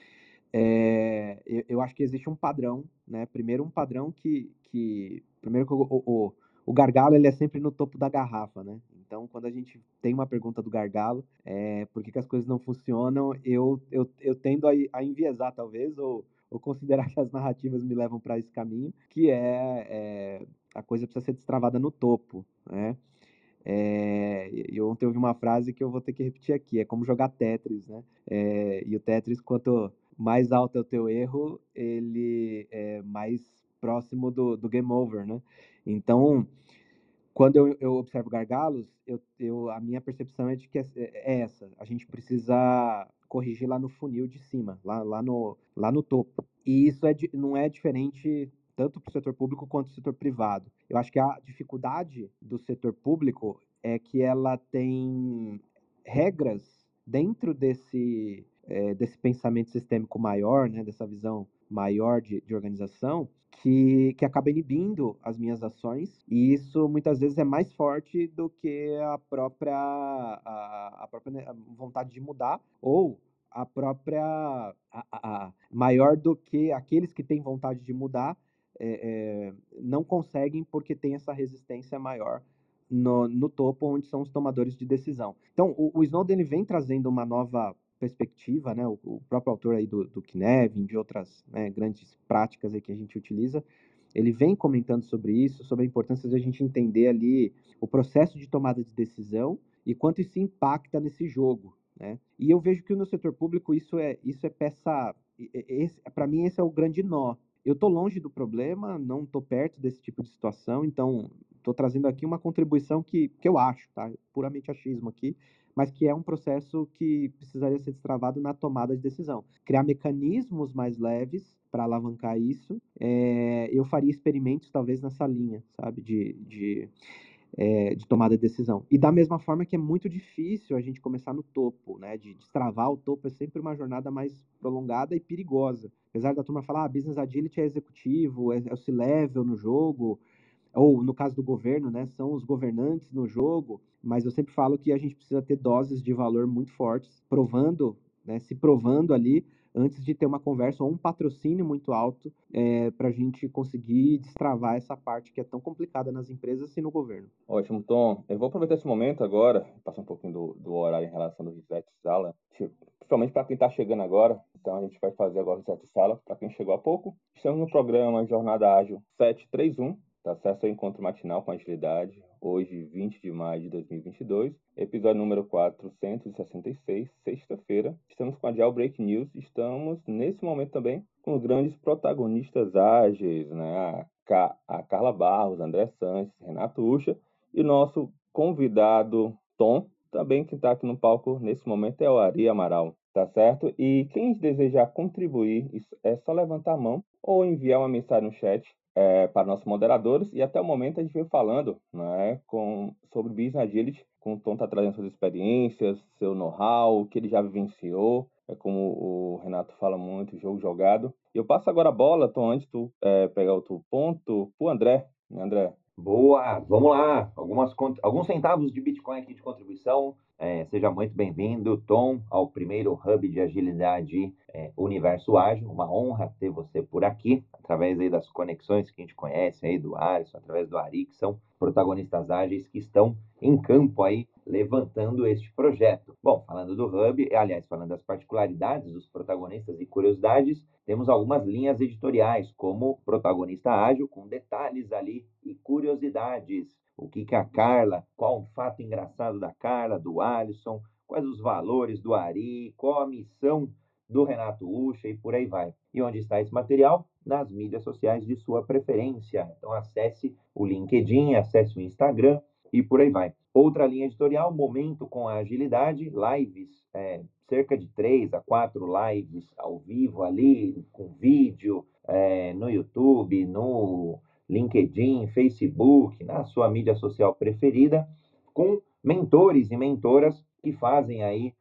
é, eu, eu acho que existe um padrão, né? Primeiro um padrão que, que primeiro que o, o, o gargalo ele é sempre no topo da garrafa, né? Então, quando a gente tem uma pergunta do gargalo, é, por que, que as coisas não funcionam, eu, eu, eu tendo a, a enviesar, talvez, ou, ou considerar que as narrativas me levam para esse caminho, que é, é a coisa precisa ser destravada no topo, né? É, e ontem eu ouvi uma frase que eu vou ter que repetir aqui, é como jogar Tetris, né? É, e o Tetris, quanto mais alto é o teu erro, ele é mais próximo do, do game over, né? Então, quando eu, eu observo gargalos, eu, eu, a minha percepção é de que é, é essa, a gente precisa corrigir lá no funil de cima, lá, lá, no, lá no topo. E isso é, não é diferente tanto para o setor público quanto para o setor privado. Eu acho que a dificuldade do setor público é que ela tem regras dentro desse, é, desse pensamento sistêmico maior, né, dessa visão maior de, de organização, que, que acaba inibindo as minhas ações, e isso muitas vezes é mais forte do que a própria, a, a própria vontade de mudar, ou a própria a, a, maior do que aqueles que têm vontade de mudar é, é, não conseguem porque tem essa resistência maior no, no topo, onde são os tomadores de decisão. Então, o, o Snowden ele vem trazendo uma nova perspectiva, né? O, o próprio autor aí do, do Knevin, de outras, né, grandes práticas aí que a gente utiliza, ele vem comentando sobre isso, sobre a importância de a gente entender ali o processo de tomada de decisão e quanto isso impacta nesse jogo, né? E eu vejo que no setor público isso é, isso é peça... Para mim, esse é o grande nó. Eu estou longe do problema, não estou perto desse tipo de situação, então estou trazendo aqui uma contribuição que, que eu acho, tá? Puramente achismo aqui, mas que é um processo que precisaria ser destravado na tomada de decisão. Criar mecanismos mais leves para alavancar isso. É, eu faria experimentos, talvez, nessa linha, sabe, de, de, é, de tomada de decisão. E da mesma forma que é muito difícil a gente começar no topo, né, de destravar o topo é sempre uma jornada mais prolongada e perigosa. Apesar da turma falar, ah, Business Agility é executivo, é, é o C-Level no jogo, ou no caso do governo, né, são os governantes no jogo, mas eu sempre falo que a gente precisa ter doses de valor muito fortes, provando, né, se provando ali, antes de ter uma conversa ou um patrocínio muito alto é, para a gente conseguir destravar essa parte que é tão complicada nas empresas e no governo. Ótimo, Tom. Eu vou aproveitar esse momento agora, passar um pouquinho do, do horário em relação do Reset Sala, principalmente para quem está chegando agora. Então a gente vai fazer agora o Reset Sala para quem chegou há pouco. Estamos no programa Jornada Ágil sete três um. Tá certo? Seu encontro matinal com agilidade, hoje, vinte de maio de dois mil e vinte e dois, episódio número quatrocentos e sessenta e seis, sexta-feira. Estamos com a Agile Break News, estamos nesse momento também com os grandes protagonistas ágeis, né? A, Ca... a Carla Barros, André Sanches, Renato Ucha e o nosso convidado Tom, também que está aqui no palco nesse momento é o Ari Amaral. Tá certo? E quem desejar contribuir, é só levantar a mão ou enviar uma mensagem no chat é, para nossos moderadores. E até o momento a gente veio falando, né, com, sobre Business Agility, com o Tom tá trazendo suas experiências, seu know-how, o que ele já vivenciou, é como o Renato fala muito, jogo jogado. E eu passo agora a bola, Tom, antes de tu é, pegar outro ponto, pro André, né, André? Boa, vamos lá. Algumas, alguns centavos de Bitcoin aqui de contribuição. É, seja muito bem-vindo, Tom, ao primeiro Hub de Agilidade é, Universo Ágil. Uma honra ter você por aqui, através aí das conexões que a gente conhece aí do Alisson, através do Ari, que são protagonistas ágeis que estão em campo aí, levantando este projeto. Bom, falando do Hub, aliás, falando das particularidades dos protagonistas e curiosidades, temos algumas linhas editoriais, como Protagonista Ágil, com detalhes ali e curiosidades. O que que a Carla, qual o fato engraçado da Carla, do Alisson, quais os valores do Ari, qual a missão do Renato Ucha e por aí vai. E onde está esse material? Nas mídias sociais de sua preferência. Então acesse o LinkedIn, acesse o Instagram e por aí vai. Outra linha editorial, Momento com a Agilidade, lives, é, cerca de três a quatro lives ao vivo ali, com vídeo, é, no YouTube, no LinkedIn, Facebook, na sua mídia social preferida, com mentores e mentoras que fazem aí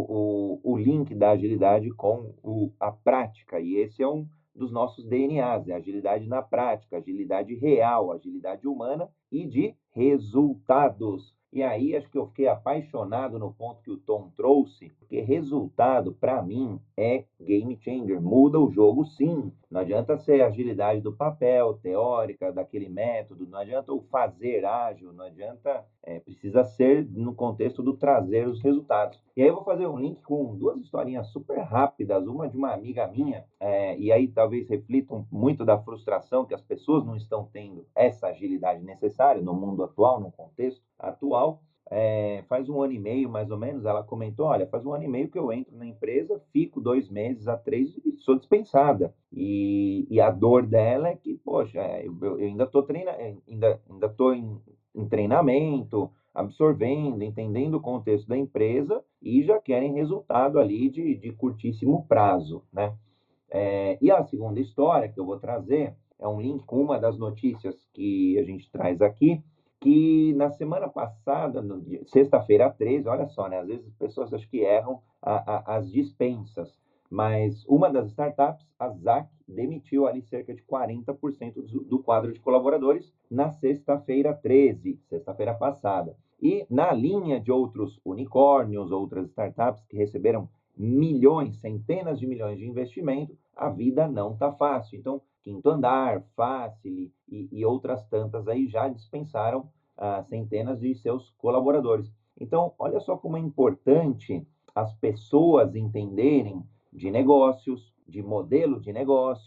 o, o, o link da agilidade com o, a prática. E esse é um dos nossos D N As, é agilidade na prática, agilidade real, agilidade humana e de resultados. E aí, acho que eu fiquei apaixonado no ponto que o Tom trouxe, porque resultado, para mim, é game changer. Muda o jogo, sim. Não adianta ser agilidade do papel, teórica, daquele método, não adianta o fazer ágil, não adianta, é, precisa ser no contexto do trazer os resultados. E aí eu vou fazer um link com duas historinhas super rápidas, uma de uma amiga minha, é, e aí talvez reflitam muito da frustração que as pessoas não estão tendo essa agilidade necessária no mundo atual, no contexto atual. É, faz um ano e meio, mais ou menos, ela comentou, olha, faz um ano e meio que eu entro na empresa, fico dois meses a três e sou dispensada. E, e a dor dela é que, poxa, eu, eu ainda estou treinando, ainda, ainda tô em, em treinamento, absorvendo, entendendo o contexto da empresa e já querem resultado ali de, de curtíssimo prazo, né? É, e a segunda história que eu vou trazer é um link com uma das notícias que a gente traz aqui, que na semana passada, no sexta-feira treze, olha só, né? Às vezes as pessoas acham que erram a, a, as dispensas, mas uma das startups, a Zack, demitiu ali cerca de quarenta por cento do, do quadro de colaboradores na sexta-feira treze, sexta-feira passada. E na linha de outros unicórnios, outras startups que receberam milhões, centenas de milhões de investimento, a vida não está fácil. Então, Quinto Andar, Facile e, e outras tantas aí já dispensaram ah, centenas de seus colaboradores. Então, olha só como é importante as pessoas entenderem de negócios, de modelo de negócios,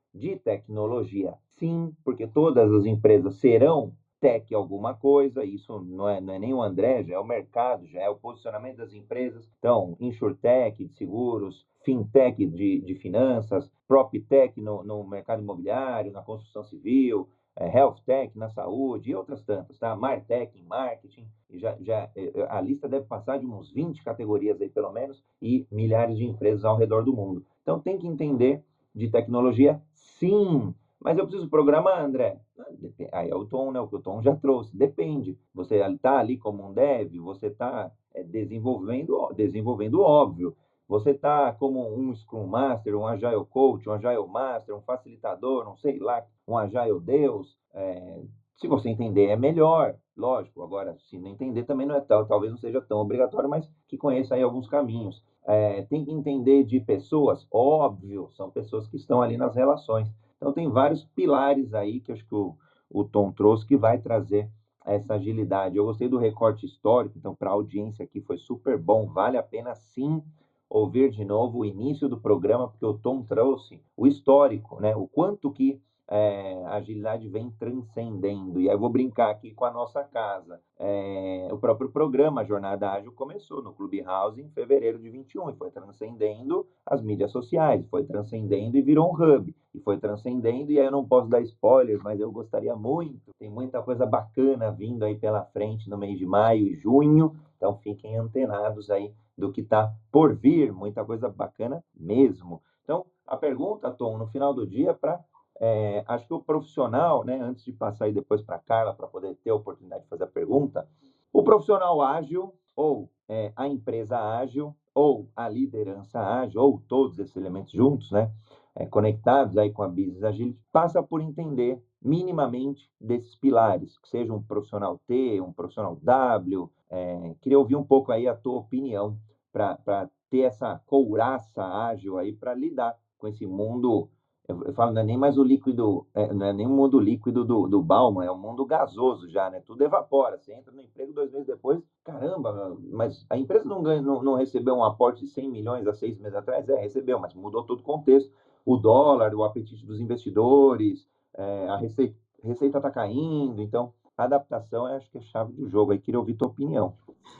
De tecnologia, sim, porque todas as empresas serão tech alguma coisa, isso não é, não é nem o André, já é o mercado, já é o posicionamento das empresas. Então, insurtech de seguros, fintech de, de finanças, proptech no, no mercado imobiliário, na construção civil, é, health tech na saúde e outras tantas, tá? Martech em marketing, e já, já, a lista deve passar de uns vinte categorias aí, pelo menos, e milhares de empresas ao redor do mundo. Então, tem que entender de tecnologia, sim. Mas eu preciso programar, André? Aí é o Tom, né? O que o Tom já trouxe. Depende. Você está ali como um dev, você está é, desenvolvendo, desenvolvendo óbvio. Você está como um Scrum Master, um Agile Coach, um Agile Master, um facilitador, não sei lá, um Agile Deus. É, se você entender, é melhor, lógico. Agora, se não entender, também não é tal, talvez não seja tão obrigatório, mas que conheça aí alguns caminhos. É, tem que entender de pessoas, óbvio, são pessoas que estão ali nas relações. Então, tem vários pilares aí que acho que o, o Tom trouxe que vai trazer essa agilidade. Eu gostei do recorte histórico, então, para a audiência aqui foi super bom. Vale a pena, sim, ouvir de novo o início do programa, porque o Tom trouxe o histórico, né? O quanto que é, a agilidade vem transcendendo. E aí eu vou brincar aqui com a nossa casa. É, o próprio programa Jornada Ágil começou no Clubhouse em fevereiro de vinte e um e foi transcendendo as mídias sociais, foi transcendendo e virou um hub, e foi transcendendo, e aí eu não posso dar spoilers, mas eu gostaria muito, tem muita coisa bacana vindo aí pela frente no mês de maio e junho, então fiquem antenados aí do que está por vir, muita coisa bacana mesmo. Então, a pergunta, Tom, no final do dia, para é, acho que o profissional, né, antes de passar aí depois para a Carla, para poder ter a oportunidade de fazer a pergunta, o profissional ágil, ou é, a empresa ágil, ou a liderança ágil, ou todos esses elementos juntos, né, é, conectados aí com a Business Agility, passa por entender minimamente desses pilares, que seja um profissional T, um profissional W. É, queria ouvir um pouco aí a tua opinião para ter essa couraça ágil aí para lidar com esse mundo. Eu falo, não é nem mais o líquido, é, não é nem o mundo líquido do, do Bauman, é o mundo gasoso já, né? Tudo evapora. Você entra no emprego dois meses depois, caramba, mas a empresa não, ganha, não, não recebeu um aporte de cem milhões há seis meses atrás? É, recebeu, mas mudou todo o contexto. O dólar, o apetite dos investidores, é, a receita receita está caindo, então a adaptação é, acho que é a chave do jogo. Aí queria ouvir tua opinião.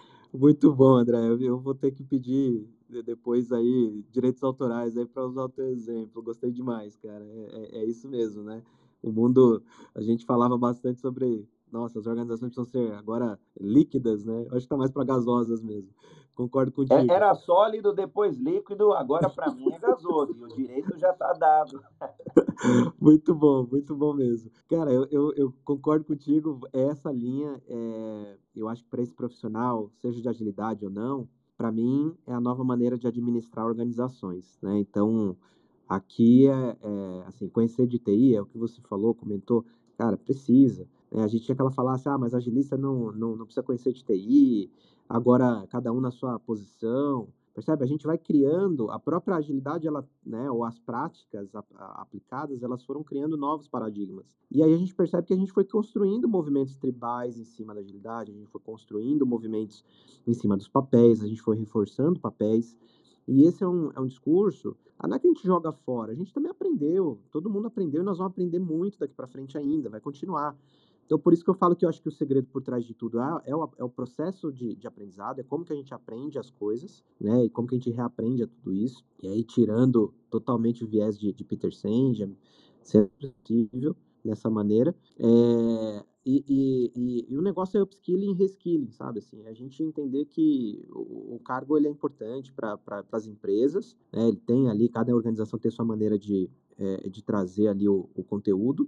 Muito bom, André. Eu vou ter que pedir depois aí direitos autorais aí para usar o teu exemplo. Gostei demais, cara. É, é, é isso mesmo, né? O mundo, a gente falava bastante sobre, nossa, as organizações precisam ser agora líquidas, né? Eu acho que tá mais para gasosas mesmo. Concordo contigo. Era sólido, depois líquido, agora para mim é gasoso. E o direito já está dado. Muito bom, muito bom mesmo. Cara, eu, eu, eu concordo contigo. Essa linha, é, eu acho que para esse profissional, seja de agilidade ou não, para mim é a nova maneira de administrar organizações, né? Então, aqui é, é assim, conhecer de T I é o que você falou, comentou, cara, precisa. Né? A gente tinha aquela falar assim, ah, mas agilista não, não, não precisa conhecer de T I, agora cada um na sua posição. Percebe? A gente vai criando, a própria agilidade, ela, né, ou as práticas a, a, aplicadas, elas foram criando novos paradigmas. E aí a gente percebe que a gente foi construindo movimentos tribais em cima da agilidade, a gente foi construindo movimentos em cima dos papéis, a gente foi reforçando papéis. E esse é um, é um discurso, não é que a gente joga fora, a gente também aprendeu, todo mundo aprendeu e nós vamos aprender muito daqui para frente ainda, vai continuar. Então, por isso que eu falo que eu acho que o segredo por trás de tudo é, é, o, é o processo de, de aprendizado, é como que a gente aprende as coisas, né? E como que a gente reaprende a tudo isso. E aí, tirando totalmente o viés de, de Peter Senge, se é possível, dessa maneira. É, e, e, e, e o negócio é upskilling e reskilling, sabe? Assim, a gente entender que o, o cargo ele é importante para pra, as empresas, né? Ele tem ali, cada organização tem sua maneira de, é, de trazer ali o, o conteúdo,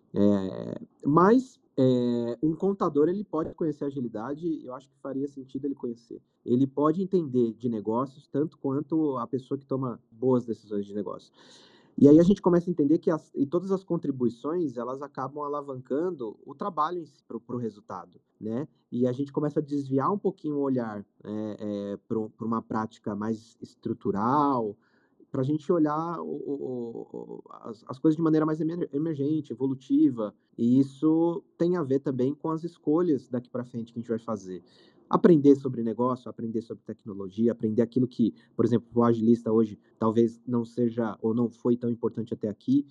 é, mas é, um contador ele pode conhecer agilidade, eu acho que faria sentido ele conhecer. Ele pode entender de negócios tanto quanto a pessoa que toma boas decisões de negócio. E aí a gente começa a entender que as, e todas as contribuições elas acabam alavancando o trabalho em si, para o resultado, né? E a gente começa a desviar um pouquinho o olhar é, é, para uma prática mais estrutural, para a gente olhar o, o, o, as, as coisas de maneira mais emergente, evolutiva, e isso tem a ver também com as escolhas daqui para frente que a gente vai fazer. Aprender sobre negócio, aprender sobre tecnologia, aprender aquilo que, por exemplo, o agilista hoje talvez não seja ou não foi tão importante até aqui,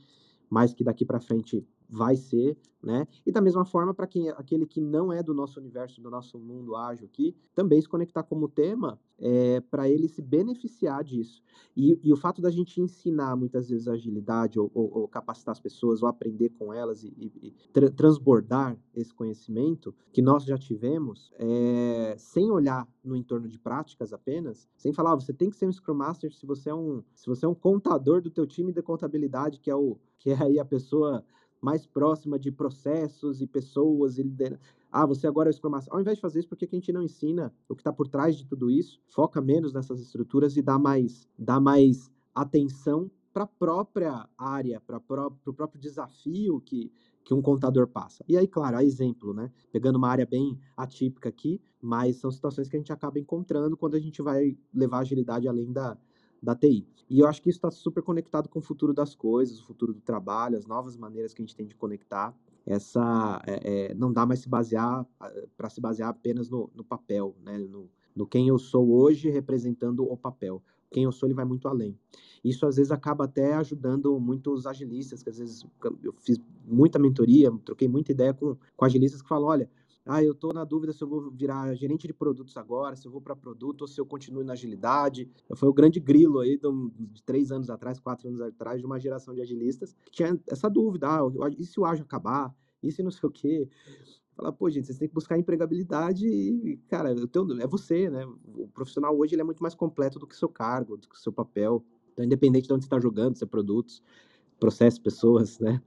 mas que daqui para frente vai ser, né? E da mesma forma, para quem aquele que não é do nosso universo, do nosso mundo ágil aqui, também se conectar como tema, é, para ele se beneficiar disso. E, e o fato da gente ensinar muitas vezes agilidade, ou, ou, ou capacitar as pessoas, ou aprender com elas e, e, e tra transbordar esse conhecimento que nós já tivemos, é, sem olhar no entorno de práticas apenas, sem falar, oh, você tem que ser um Scrum Master se você é um, se você é um contador do teu time de contabilidade, que é, o, que é aí a pessoa mais próxima de processos e pessoas e liderança. Ah, você agora é o Scrum Master. Ao invés de fazer isso, por que a gente não ensina o que está por trás de tudo isso? Foca menos nessas estruturas e dá mais, dá mais atenção para a própria área, para o próprio desafio que, que um contador passa. E aí, claro, há exemplo, né? Pegando uma área bem atípica aqui, mas são situações que a gente acaba encontrando quando a gente vai levar agilidade além da, da T I. E eu acho que isso está super conectado com o futuro das coisas, o futuro do trabalho, as novas maneiras que a gente tem de conectar. Essa é, é, não dá mais se basear para se basear apenas no, no papel, né? No, no quem eu sou hoje representando o papel. Quem eu sou, ele vai muito além. Isso às vezes acaba até ajudando muitos agilistas, que às vezes eu fiz muita mentoria, troquei muita ideia com, com agilistas que falam, olha, ah, eu estou na dúvida se eu vou virar gerente de produtos agora, se eu vou para produto ou se eu continuo na agilidade. Foi o grande grilo aí de, de três anos atrás, quatro anos atrás, de uma geração de agilistas que tinha essa dúvida, ah, e se o ágil acabar? E se não sei o quê? Falar, pô, gente, vocês têm que buscar empregabilidade e, cara, o teu, é você, né? O profissional hoje ele é muito mais completo do que o seu cargo, do que o seu papel. Então, independente de onde você está jogando, se é produtos, processos, pessoas, né?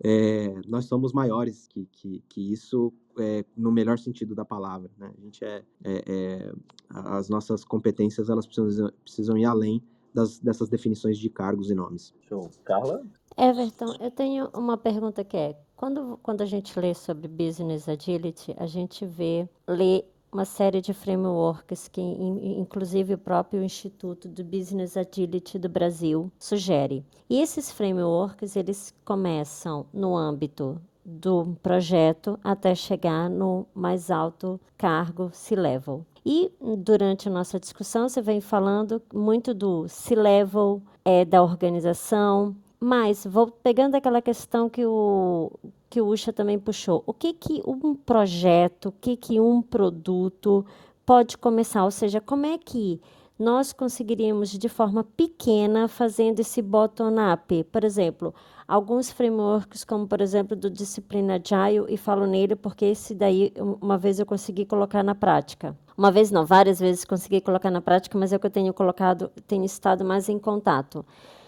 É, nós somos maiores que, que, que isso, é, no melhor sentido da palavra, né? A gente é, é, é as nossas competências, elas precisam, precisam ir além das, dessas definições de cargos e nomes. Show. Carla? Everton, eu tenho uma pergunta que é, quando, quando a gente lê sobre Business Agility, a gente vê, lê uma série de frameworks que, inclusive, o próprio Instituto do Business Agility do Brasil sugere. E esses frameworks, eles começam no âmbito do projeto até chegar no mais alto cargo, C-Level. E durante a nossa discussão, você vem falando muito do C-Level, é, da organização, mas vou pegando aquela questão que o que o Usha também puxou. O que que um projeto, o que que um produto pode começar? Ou seja, como é que nós conseguiríamos de forma pequena fazendo esse bottom-up? Por exemplo, alguns frameworks, como por exemplo do Disciplina Agile, e falo nele porque esse daí uma vez eu consegui colocar na prática. Uma vez não, várias vezes consegui colocar na prática, mas é o que eu tenho colocado, tenho estado mais em contato.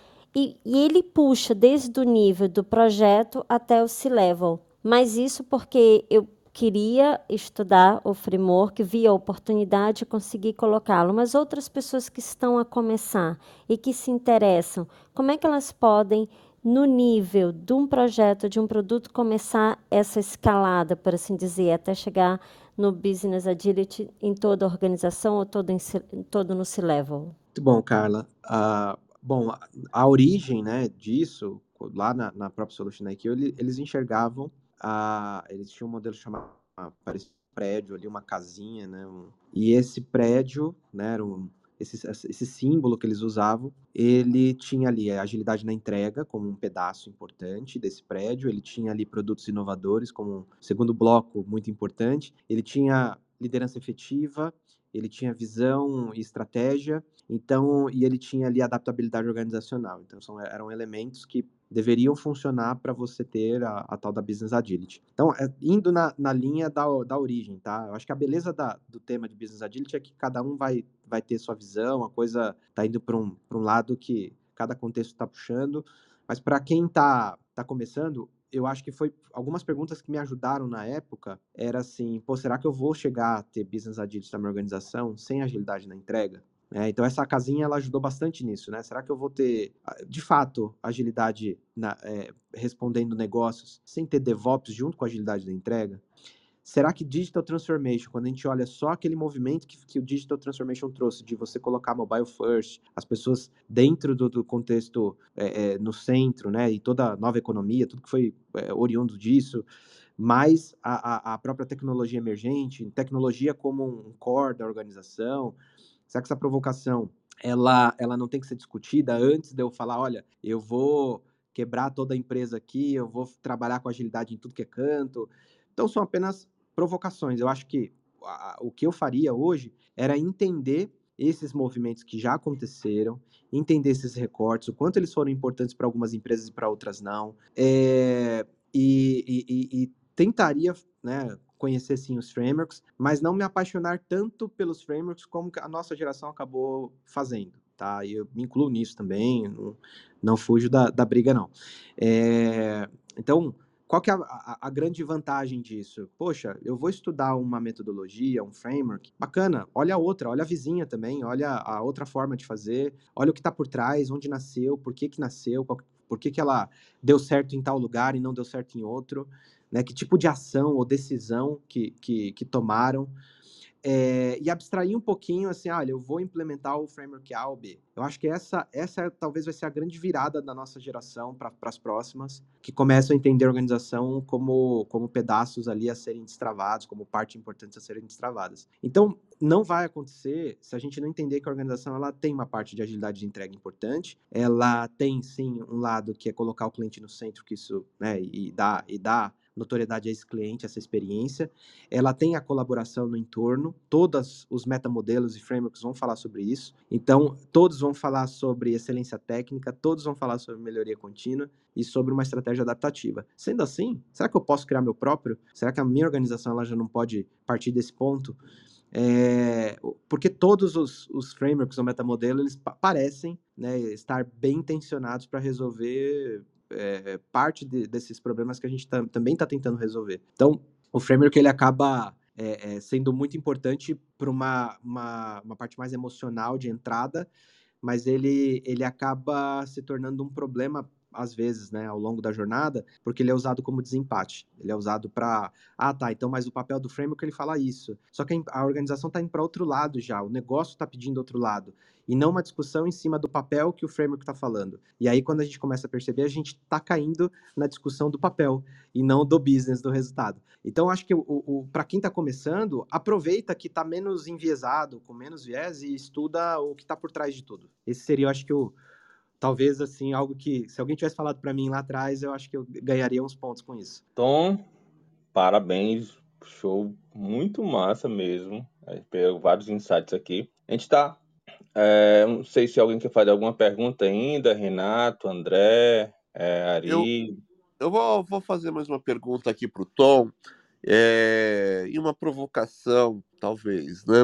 E, e ele puxa desde o nível do projeto até o C-Level. Mas isso porque eu queria estudar o framework, vi a oportunidade e consegui colocá-lo. Mas outras pessoas que estão a começar e que se interessam, como é que elas podem, no nível de um projeto, de um produto, começar essa escalada, por assim dizer, até chegar no Business Agility em toda a organização ou todo, em, todo no C-Level? Muito bom, Carla. Uh, bom, a, a origem, né, disso, lá na, na própria Solution I Q, ele, eles enxergavam, uh, eles tinham um modelo chamado, uh, parecia um prédio ali, uma casinha, né, um, e esse prédio, né, era um, esse, esse símbolo que eles usavam, ele tinha ali a agilidade na entrega como um pedaço importante desse prédio, ele tinha ali produtos inovadores como um segundo bloco muito importante, ele tinha liderança efetiva, ele tinha visão e estratégia, então, e ele tinha ali adaptabilidade organizacional. Então, são, eram elementos que deveriam funcionar para você ter a, a tal da Business Agility. Então, é, indo na, na linha da, da origem, tá? Eu acho que a beleza da, do tema de Business Agility é que cada um vai, vai ter sua visão, a coisa tá indo para um, para um lado que cada contexto está puxando, mas para quem está tá começando, eu acho que foi algumas perguntas que me ajudaram na época, era assim, pô, será que eu vou chegar a ter Business Agility na minha organização sem agilidade na entrega? É, então essa casinha ela ajudou bastante nisso, né? Será que eu vou ter, de fato, agilidade na, é, respondendo negócios sem ter DevOps junto com a agilidade da entrega? Será que Digital Transformation, quando a gente olha só aquele movimento que, que o Digital Transformation trouxe, de você colocar mobile first, as pessoas dentro do, do contexto, é, é, no centro, né, e toda a nova economia, tudo que foi é, oriundo disso, mais a, a, a própria tecnologia emergente, tecnologia como um core da organização, será que essa provocação, ela, ela não tem que ser discutida antes de eu falar, olha, eu vou quebrar toda a empresa aqui, eu vou trabalhar com agilidade em tudo que é canto. Então, são apenas provocações. Eu acho que a, o que eu faria hoje era entender esses movimentos que já aconteceram, entender esses recortes, o quanto eles foram importantes para algumas empresas e para outras não, é, e, e, e, e tentaria, né, conhecer sim os frameworks, mas não me apaixonar tanto pelos frameworks como a nossa geração acabou fazendo, tá? E eu me incluo nisso também, não, não fujo da, da briga, não. É, então, qual que é a, a, a grande vantagem disso? Poxa, eu vou estudar uma metodologia, um framework, bacana, olha a outra, olha a vizinha também, olha a outra forma de fazer, olha o que está por trás, onde nasceu, por que que nasceu, qual, por que que ela deu certo em tal lugar e não deu certo em outro, né? Que tipo de ação ou decisão que, que, que tomaram. É, e abstrair um pouquinho, assim, olha, eu vou implementar o framework A ou B. Eu acho que essa, essa talvez vai ser a grande virada da nossa geração para as próximas, que começam a entender a organização como, como pedaços ali a serem destravados, como parte importante a serem destravadas. Então, não vai acontecer se a gente não entender que a organização ela tem uma parte de agilidade de entrega importante, ela tem, sim, um lado que é colocar o cliente no centro, que isso, né, e dá, e dá notoriedade a esse cliente, essa experiência. Ela tem a colaboração no entorno, todos os metamodelos e frameworks vão falar sobre isso, então todos vão falar sobre excelência técnica, todos vão falar sobre melhoria contínua e sobre uma estratégia adaptativa. Sendo assim, será que eu posso criar meu próprio? Será que a minha organização ela já não pode partir desse ponto? É, porque todos os, os frameworks ou metamodelos eles pa- parecem, né, estar bem intencionados para resolver é, parte de, desses problemas que a gente tá, também está tentando resolver. Então, o framework ele acaba é, é, sendo muito importante para uma, uma, uma parte mais emocional de entrada, mas ele, ele acaba se tornando um problema às vezes, né, ao longo da jornada, porque ele é usado como desempate. Ele é usado para, ah, tá, então, mas o papel do framework ele fala isso. Só que a organização está indo para outro lado já, o negócio está pedindo outro lado, e não uma discussão em cima do papel que o framework está falando. E aí, quando a gente começa a perceber, a gente está caindo na discussão do papel e não do business, do resultado. Então, acho que o, o, para quem está começando, aproveita que está menos enviesado, com menos viés, e estuda o que está por trás de tudo. Esse seria, eu acho que, o, talvez, assim, algo que, se alguém tivesse falado para mim lá atrás, eu acho que eu ganharia uns pontos com isso. Tom, parabéns, show, muito massa mesmo. Pegou vários insights aqui. A gente tá, é, não sei se alguém quer fazer alguma pergunta ainda, Renato, André, é, Eu, Ari. eu vou, vou fazer mais uma pergunta aqui para o Tom, é, e uma provocação, talvez, né?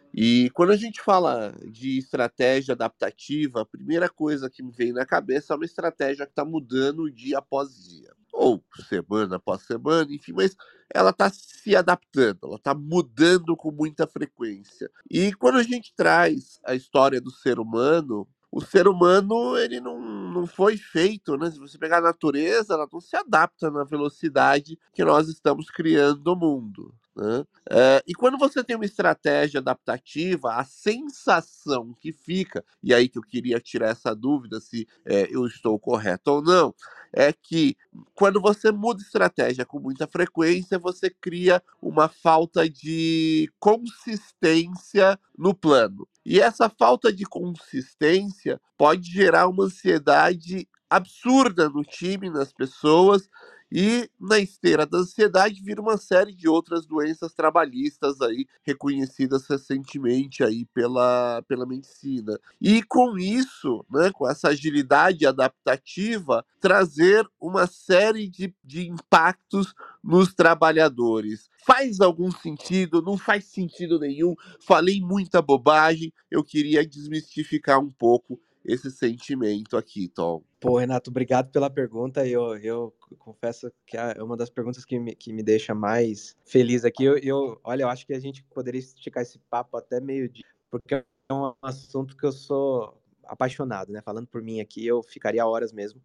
E quando a gente fala de estratégia adaptativa, a primeira coisa que me vem na cabeça é uma estratégia que está mudando dia após dia, ou semana após semana, enfim, mas ela está se adaptando, ela está mudando com muita frequência. E quando a gente traz a história do ser humano, o ser humano ele não, não foi feito, né? Se você pegar a natureza, ela não se adapta na velocidade que nós estamos criando o mundo, né? É, e quando você tem uma estratégia adaptativa, a sensação que fica, e aí que eu queria tirar essa dúvida se é, eu estou correto ou não, é que quando você muda estratégia com muita frequência, você cria uma falta de consistência no plano. E essa falta de consistência pode gerar uma ansiedade absurda no time, nas pessoas, e na esteira da ansiedade vira uma série de outras doenças trabalhistas aí reconhecidas recentemente aí pela, pela medicina. E com isso, né, com essa agilidade adaptativa, trazer uma série de, de impactos nos trabalhadores. Faz algum sentido? Não faz sentido nenhum? Falei muita bobagem, eu queria desmistificar um pouco esse sentimento aqui, Tom. Pô, Renato, obrigado pela pergunta. Eu, eu confesso que é uma das perguntas que me, que me deixa mais feliz aqui. Eu, eu, olha, eu acho que a gente poderia esticar esse papo até meio-dia, porque é um assunto que eu sou apaixonado, né? Falando por mim aqui, eu ficaria horas mesmo.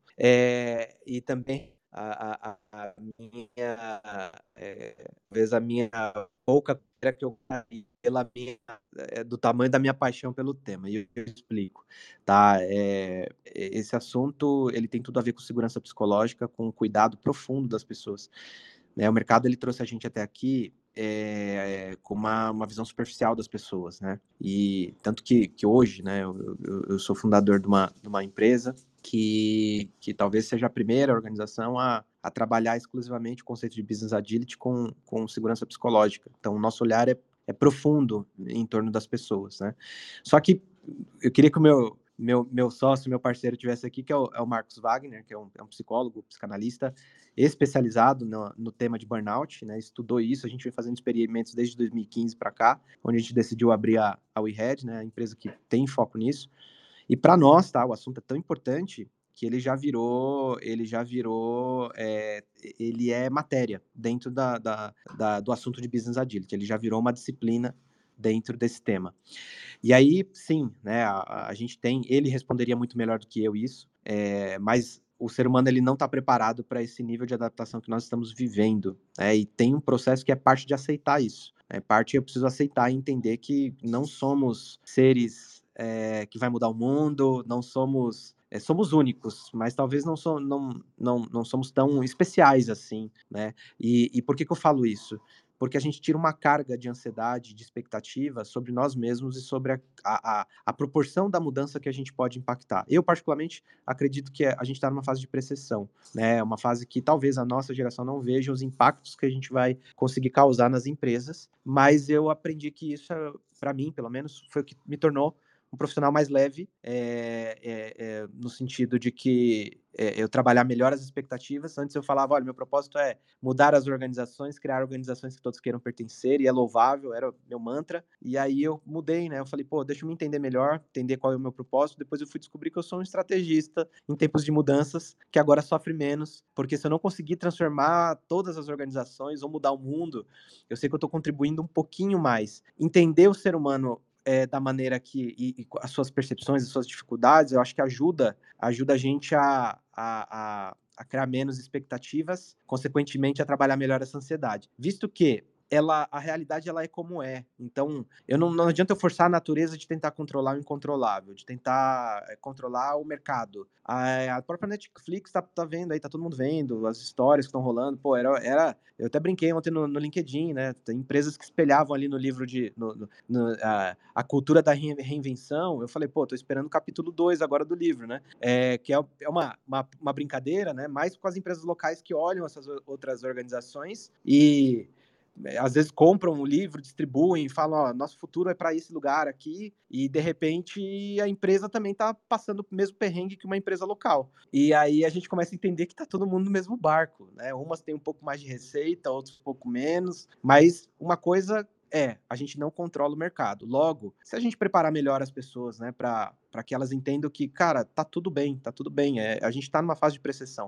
É, e também a, a, a minha, é, talvez a minha pouca que eu pela minha, é, do tamanho da minha paixão pelo tema, e eu, eu explico, tá? É, esse assunto, ele tem tudo a ver com segurança psicológica, com o cuidado profundo das pessoas, né? O mercado, ele trouxe a gente até aqui é, com uma, uma visão superficial das pessoas, né? E tanto que, que hoje, né, eu, eu, eu sou fundador de uma, de uma empresa que, que talvez seja a primeira organização a, a trabalhar exclusivamente o conceito de Business Agility com, com segurança psicológica. Então, o nosso olhar é, é profundo em torno das pessoas, né? Só que eu queria que o meu, meu, meu sócio, meu parceiro estivesse aqui, que é o, é o Marcos Wagner, que é um, é um psicólogo, psicanalista, especializado no, no tema de burnout, né? Estudou isso, a gente vem fazendo experimentos desde dois mil e quinze para cá, onde a gente decidiu abrir a, a WeHead, né? A empresa que tem foco nisso. E para nós, tá? O assunto é tão importante que ele já virou, ele já virou, é, ele é matéria dentro da, da, da, do assunto de Business Agility. Ele já virou uma disciplina dentro desse tema. E aí, sim, né? A, a gente tem, ele responderia muito melhor do que eu isso, é, mas o ser humano ele não está preparado para esse nível de adaptação que nós estamos vivendo, né? E tem um processo que é parte de aceitar isso. É parte eu preciso aceitar e entender que não somos seres é, que vai mudar o mundo, não somos é, somos únicos, mas talvez não, so, não, não, não somos tão especiais assim, né? E, e por que que eu falo isso? Porque a gente tira uma carga de ansiedade, de expectativa sobre nós mesmos e sobre a, a, a proporção da mudança que a gente pode impactar. Eu, particularmente, acredito que a gente está numa fase de precessão, né? Uma fase que talvez a nossa geração não veja os impactos que a gente vai conseguir causar nas empresas, mas eu aprendi que isso, para mim, pelo menos, foi o que me tornou um profissional mais leve, é, é, é, no sentido de que é, eu trabalhar melhor as expectativas. Antes eu falava, olha, meu propósito é mudar as organizações, criar organizações que todos queiram pertencer, e é louvável, era meu mantra. E aí eu mudei, né? Eu falei, pô, deixa eu me entender melhor, entender qual é o meu propósito. Depois eu fui descobrir que eu sou um estrategista em tempos de mudanças, que agora sofre menos, porque se eu não conseguir transformar todas as organizações ou mudar o mundo, eu sei que eu estou contribuindo um pouquinho mais. Entender o ser humano É, da maneira que e, e as suas percepções, as suas dificuldades, eu acho que ajuda, ajuda a gente a, a, a, a criar menos expectativas, consequentemente a trabalhar melhor essa ansiedade. Visto que ela, a realidade ela é como é. Então, eu não, não adianta eu forçar a natureza de tentar controlar o incontrolável, de tentar é, controlar o mercado. A, a própria Netflix tá, tá vendo aí, tá todo mundo vendo as histórias que estão rolando. Pô, era, era. Eu até brinquei ontem no, no LinkedIn, né? Tem empresas que espelhavam ali no livro de. No, no, no, a, a cultura da reinvenção. Eu falei, pô, tô esperando o capítulo dois agora do livro, né? É, que é, é uma, uma, uma brincadeira, né? Mais com as empresas locais que olham essas outras organizações e às vezes compram um livro, distribuem, falam, ó, nosso futuro é para esse lugar aqui, e de repente a empresa também está passando o mesmo perrengue que uma empresa local. E aí a gente começa a entender que está todo mundo no mesmo barco, né? Umas têm um pouco mais de receita, outras um pouco menos, mas uma coisa é, a gente não controla o mercado. Logo, se a gente preparar melhor as pessoas, né, para para que elas entendam que, cara, tá tudo bem, tá tudo bem, é, a gente tá numa fase de precessão.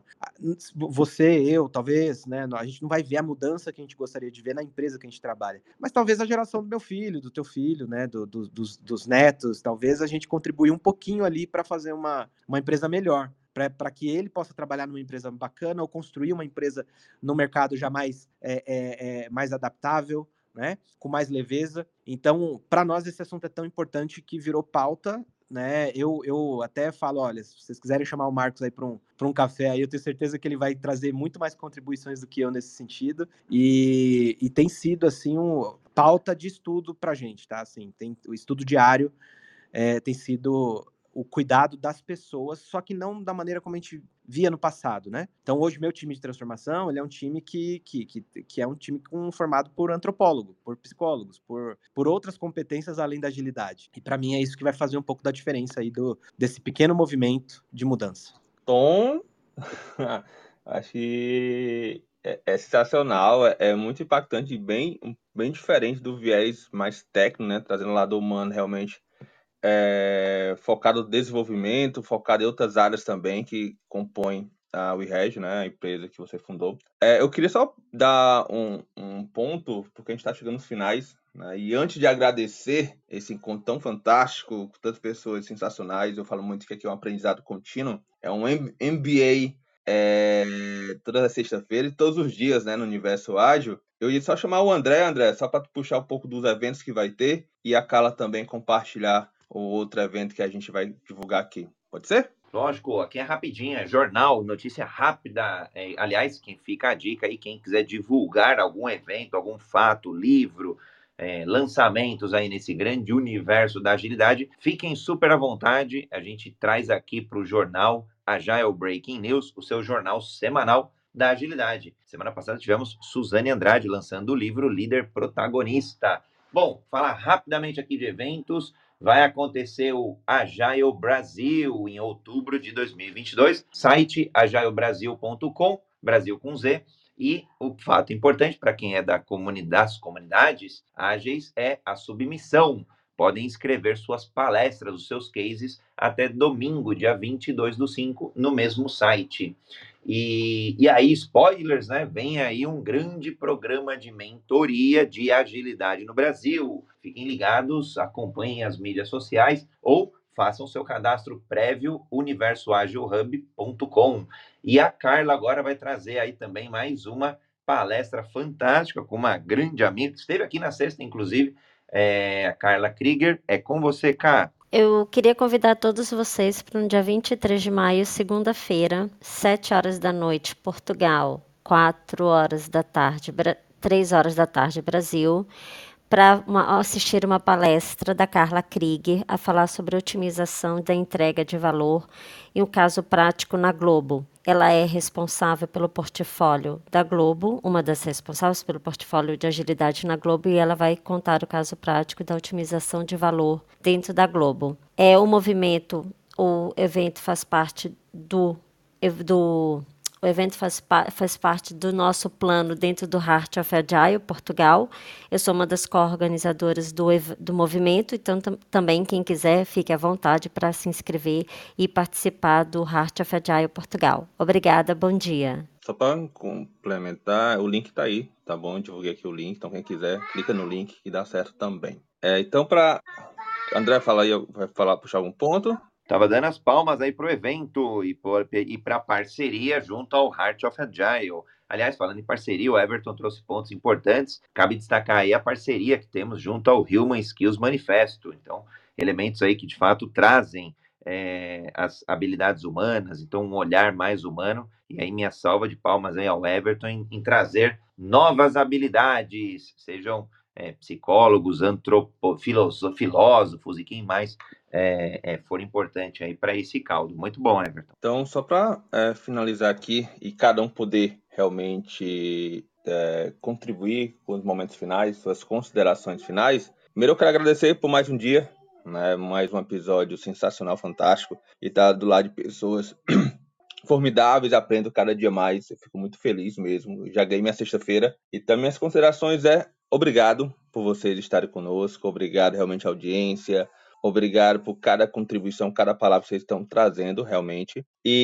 Você, eu, talvez, né, a gente não vai ver a mudança que a gente gostaria de ver na empresa que a gente trabalha, mas talvez a geração do meu filho, do teu filho, né, do, do, dos, dos netos, talvez a gente contribuir um pouquinho ali para fazer uma, uma empresa melhor, para que ele possa trabalhar numa empresa bacana ou construir uma empresa no mercado já mais, é, é, é, mais adaptável, né, com mais leveza. Então, para nós esse assunto é tão importante que virou pauta, né? Eu, eu até falo, olha, se vocês quiserem chamar o Marcos aí para um, para um café, aí eu tenho certeza que ele vai trazer muito mais contribuições do que eu nesse sentido, e, e tem sido, assim, um pauta de estudo para a gente, tá? Assim, tem, o estudo diário é, tem sido o cuidado das pessoas, só que não da maneira como a gente via no passado, né? Então, hoje, meu time de transformação, ele é um time que, que, que, que é um time com, formado por antropólogo, por psicólogos, por, por outras competências além da agilidade. E, para mim, é isso que vai fazer um pouco da diferença aí do, desse pequeno movimento de mudança. Tom, acho que é, é sensacional, é, é muito impactante e bem, bem diferente do viés mais técnico, né? Trazendo o lado humano realmente. É, focado no desenvolvimento, focado em outras áreas também que compõem a WeHead, né, a empresa que você fundou. É, eu queria só dar um, um ponto, porque a gente está chegando nos finais, né, e antes de agradecer esse encontro tão fantástico, com tantas pessoas sensacionais, eu falo muito que aqui é um aprendizado contínuo, é um M B A é, toda sexta-feira e todos os dias, né, no Universo Ágil. Eu ia só chamar o André, André, só para puxar um pouco dos eventos que vai ter, e a Carla também compartilhar o outro evento que a gente vai divulgar aqui. Pode ser? Lógico, aqui é rapidinho, é jornal, notícia rápida. É, aliás, quem fica a dica aí, quem quiser divulgar algum evento, algum fato, livro, é, lançamentos aí nesse grande universo da agilidade, fiquem super à vontade. A gente traz aqui para o jornal Agile Breaking News, o seu jornal semanal da agilidade. Semana passada tivemos Suzane Andrade lançando o livro Líder Protagonista. Bom, falar rapidamente aqui de eventos. Vai acontecer o Agile Brasil em outubro de dois mil e vinte e dois, site agile brasil ponto com, Brasil com Z. E o fato importante para quem é da comunidade, das comunidades ágeis é a submissão. Podem escrever suas palestras, os seus cases, até domingo, dia vinte e dois do cinco, no mesmo site. E, e aí, spoilers, né? Vem aí um grande programa de mentoria de agilidade no Brasil. Fiquem ligados, acompanhem as mídias sociais ou façam seu cadastro prévio universo agile hub ponto com. E a Carla agora vai trazer aí também mais uma palestra fantástica com uma grande amiga, que esteve aqui na sexta, inclusive, é, a Carla Krieger. É com você, Cá. Eu queria convidar todos vocês para no dia vinte e três de maio, segunda-feira, sete horas da noite, Portugal, quatro horas da tarde, Bra- três horas da tarde, Brasil, para assistir uma palestra da Carla Krieger a falar sobre otimização da entrega de valor e um caso prático na Globo. Ela é responsável pelo portfólio da Globo, uma das responsáveis pelo portfólio de agilidade na Globo, e ela vai contar o caso prático da otimização de valor dentro da Globo. É o movimento, o evento faz parte do, do o evento faz, faz parte do nosso plano dentro do Heart of Agile Portugal. Eu sou uma das co-organizadoras do, do movimento, então tam, também quem quiser, fique à vontade para se inscrever e participar do Heart of Agile Portugal. Obrigada, bom dia. Só para complementar, o link está aí, tá bom? Eu divulguei aqui o link, então quem quiser, clica no link que dá certo também. É, então, para André falar aí, vai falar, puxar algum ponto? Tava dando as palmas aí pro evento e, e para a parceria junto ao Heart of Agile. Aliás, falando em parceria, o Everton trouxe pontos importantes. Cabe destacar aí a parceria que temos junto ao Human Skills Manifesto. Então, elementos aí que de fato trazem é, as habilidades humanas, então um olhar mais humano. E aí minha salva de palmas aí ao Everton em, em trazer novas habilidades, sejam é, psicólogos, antropólogos, filósofos e quem mais É, é, for importante aí para esse caldo. Muito bom, Everton. Então, só para é, finalizar aqui e cada um poder realmente é, contribuir com os momentos finais, suas considerações finais, primeiro eu quero agradecer por mais um dia, né, mais um episódio sensacional, fantástico, e estar do lado de pessoas formidáveis, aprendo cada dia mais, eu fico muito feliz mesmo, já ganhei minha sexta-feira, então minhas considerações é obrigado por vocês estarem conosco, obrigado realmente à audiência, obrigado por cada contribuição, cada palavra que vocês estão trazendo, realmente.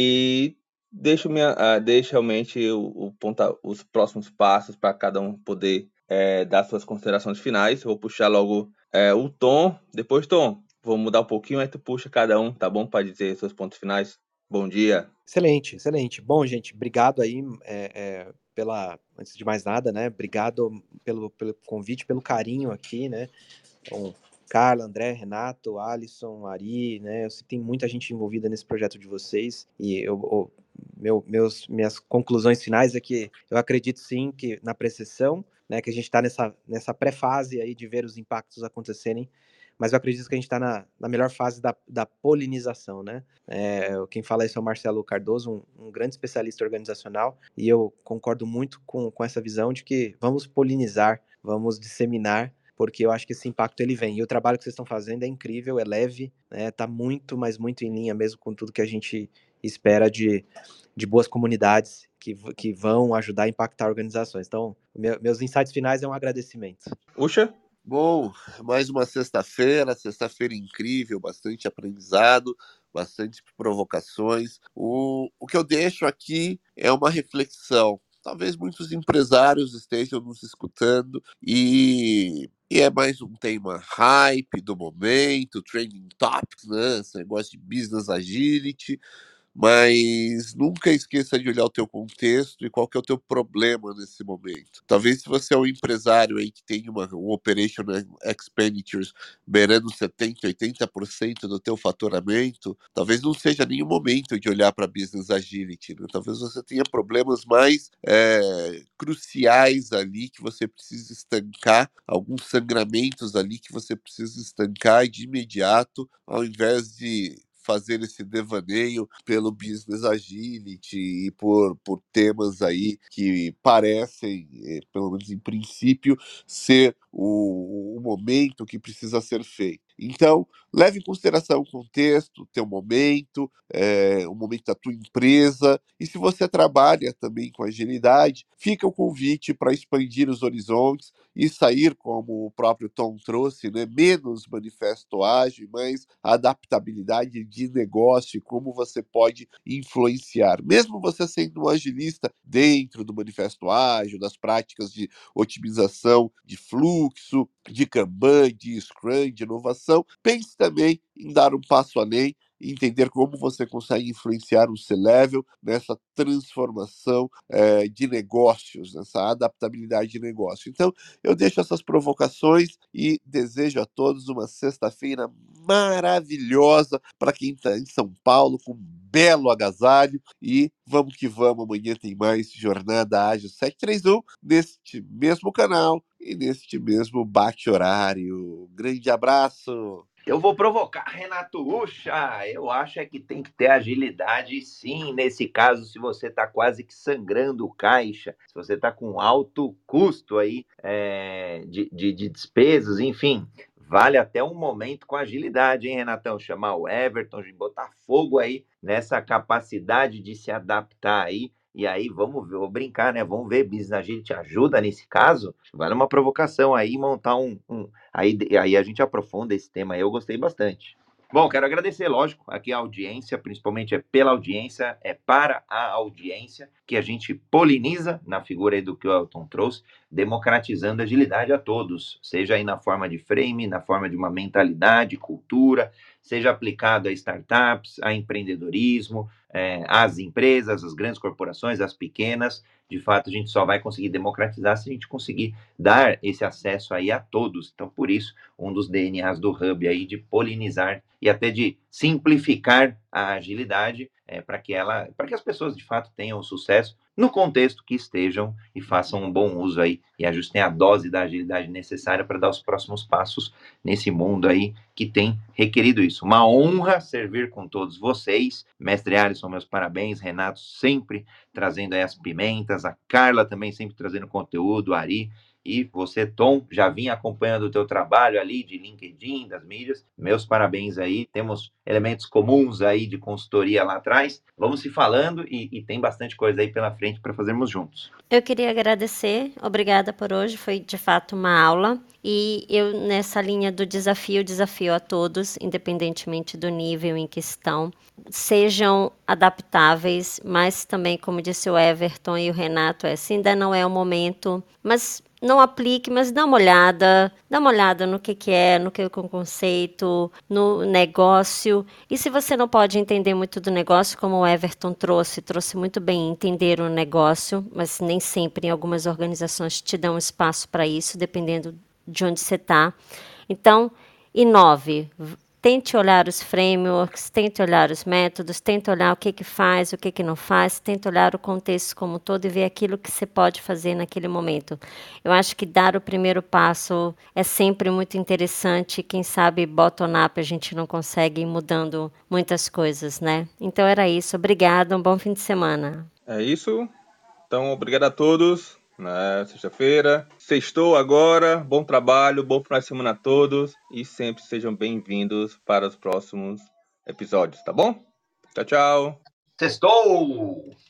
E deixo, minha, uh, deixo realmente o, o ponta, os próximos passos para cada um poder é, dar suas considerações finais. Eu vou puxar logo é, o Tom. Depois, Tom, vou mudar um pouquinho, aí tu puxa cada um, tá bom? Para dizer seus pontos finais. Bom dia. Excelente, excelente. Bom, gente, obrigado aí é, é, pela, antes de mais nada, né? Obrigado pelo, pelo convite, pelo carinho aqui, né? Então, Carla, André, Renato, Alisson, Ari, né? Eu sei que tem muita gente envolvida nesse projeto de vocês e eu, eu meu, meus, minhas conclusões finais é que eu acredito sim que na precessão, né? Que a gente está nessa, nessa pré-fase aí de ver os impactos acontecerem, mas eu acredito que a gente está na, na melhor fase da, da polinização, né? É, quem fala isso é o Marcelo Cardoso, um, um grande especialista organizacional, e eu concordo muito com, com essa visão de que vamos polinizar, vamos disseminar, porque eu acho que esse impacto ele vem. E o trabalho que vocês estão fazendo é incrível, é leve, né? Tá muito, mas muito em linha mesmo com tudo que a gente espera de, de boas comunidades que, que vão ajudar a impactar organizações. Então, meu, meus insights finais é um agradecimento. Uxa? Bom, mais uma sexta-feira, sexta-feira incrível, bastante aprendizado, bastante provocações. O, o que eu deixo aqui é uma reflexão. Talvez muitos empresários estejam nos escutando e, e é mais um tema hype do momento, trending topics, né? Esse negócio de business agility. mas nunca esqueça de olhar o teu contexto e qual que é o teu problema nesse momento. Talvez se você é um empresário aí que tem uma, um operational expenditures beirando setenta, oitenta por cento do teu faturamento, talvez não seja nenhum momento de olhar para business agility, né? Talvez você tenha problemas mais é, cruciais ali que você precisa estancar, alguns sangramentos ali que você precisa estancar de imediato, ao invés de fazer esse devaneio pelo business agility e por, por temas aí que parecem, eh, pelo menos em princípio, ser o, o momento que precisa ser feito. Então, leve em consideração o contexto, o teu momento, é, o momento da tua empresa, e se você trabalha também com agilidade, fica o convite para expandir os horizontes e sair, como o próprio Tom trouxe, né, menos manifesto ágil, mas a adaptabilidade de negócio e como você pode influenciar. Mesmo você sendo um agilista dentro do manifesto ágil, das práticas de otimização de fluxo, de Kanban, de Scrum, de inovação, pense também em dar um passo além e entender como você consegue influenciar o C-Level nessa transformação eh, de negócios, nessa adaptabilidade de negócio. Então, eu deixo essas provocações e desejo a todos uma sexta-feira maravilhosa para quem está em São Paulo, com um belo agasalho. E vamos que vamos, amanhã tem mais Jornada Ágil sete três um neste mesmo canal e neste mesmo bate-horário. Grande abraço! Eu vou provocar, Renato Ucha. Eu acho é que tem que ter agilidade, sim. Nesse caso, se você está quase que sangrando o caixa, se você está com alto custo aí é, de, de, de despesas, enfim, vale até um momento com agilidade, hein, Renatão? Chamar o Everton, de botar fogo aí nessa capacidade de se adaptar aí. E aí, vamos ver, vou brincar, né? Vamos ver, Business Agility ajuda nesse caso? Vale uma provocação aí, montar um, um Aí, aí a gente aprofunda esse tema aí, eu gostei bastante. Bom, quero agradecer, lógico, aqui a audiência, principalmente é pela audiência, é para a audiência que a gente poliniza na figura aí do que o Elton trouxe, democratizando a agilidade a todos, seja aí na forma de frame, na forma de uma mentalidade, cultura, seja aplicado a startups, a empreendedorismo, é, às empresas, às grandes corporações, às pequenas. De fato, a gente só vai conseguir democratizar se a gente conseguir dar esse acesso aí a todos. Então, por isso, um dos D N As do Hub aí de polinizar e até de simplificar a agilidade é, para que ela, para que as pessoas de fato tenham sucesso no contexto que estejam e façam um bom uso aí e ajustem a dose da agilidade necessária para dar os próximos passos nesse mundo aí que tem requerido isso. Uma honra servir com todos vocês. Mestre Alisson, meus parabéns. Renato sempre trazendo aí as pimentas, a Carla também sempre trazendo conteúdo, a Ari. E você, Tom, já vinha acompanhando o teu trabalho ali de LinkedIn, das mídias. Meus parabéns aí. Temos elementos comuns aí de consultoria lá atrás. Vamos se falando e, e tem bastante coisa aí pela frente para fazermos juntos. Eu queria agradecer, obrigada por hoje, foi de fato uma aula. E eu, nessa linha do desafio, desafio a todos, independentemente do nível em que estão, sejam adaptáveis, mas também, como disse o Everton e o Renato, é, se ainda não é o momento, mas não aplique, mas dá uma olhada, dá uma olhada no que, que é, no que é o conceito, no negócio. E se você não pode entender muito do negócio, como o Everton trouxe, trouxe muito bem entender o negócio, mas nem sempre em algumas organizações te dão espaço para isso, dependendo de onde você está. Então, inove. Tente olhar os frameworks, tente olhar os métodos, tente olhar o que, que faz, o que, que não faz, tente olhar o contexto como um todo e ver aquilo que você pode fazer naquele momento. Eu acho que dar o primeiro passo é sempre muito interessante. Quem sabe bottom-up a gente não consegue ir mudando muitas coisas, né? Então era isso. Obrigada, um bom fim de semana. É isso. Então, obrigado a todos. Na sexta-feira. Sextou agora. Bom trabalho, bom final de semana a todos. E sempre sejam bem-vindos para os próximos episódios, tá bom? Tchau, tchau. Sextou!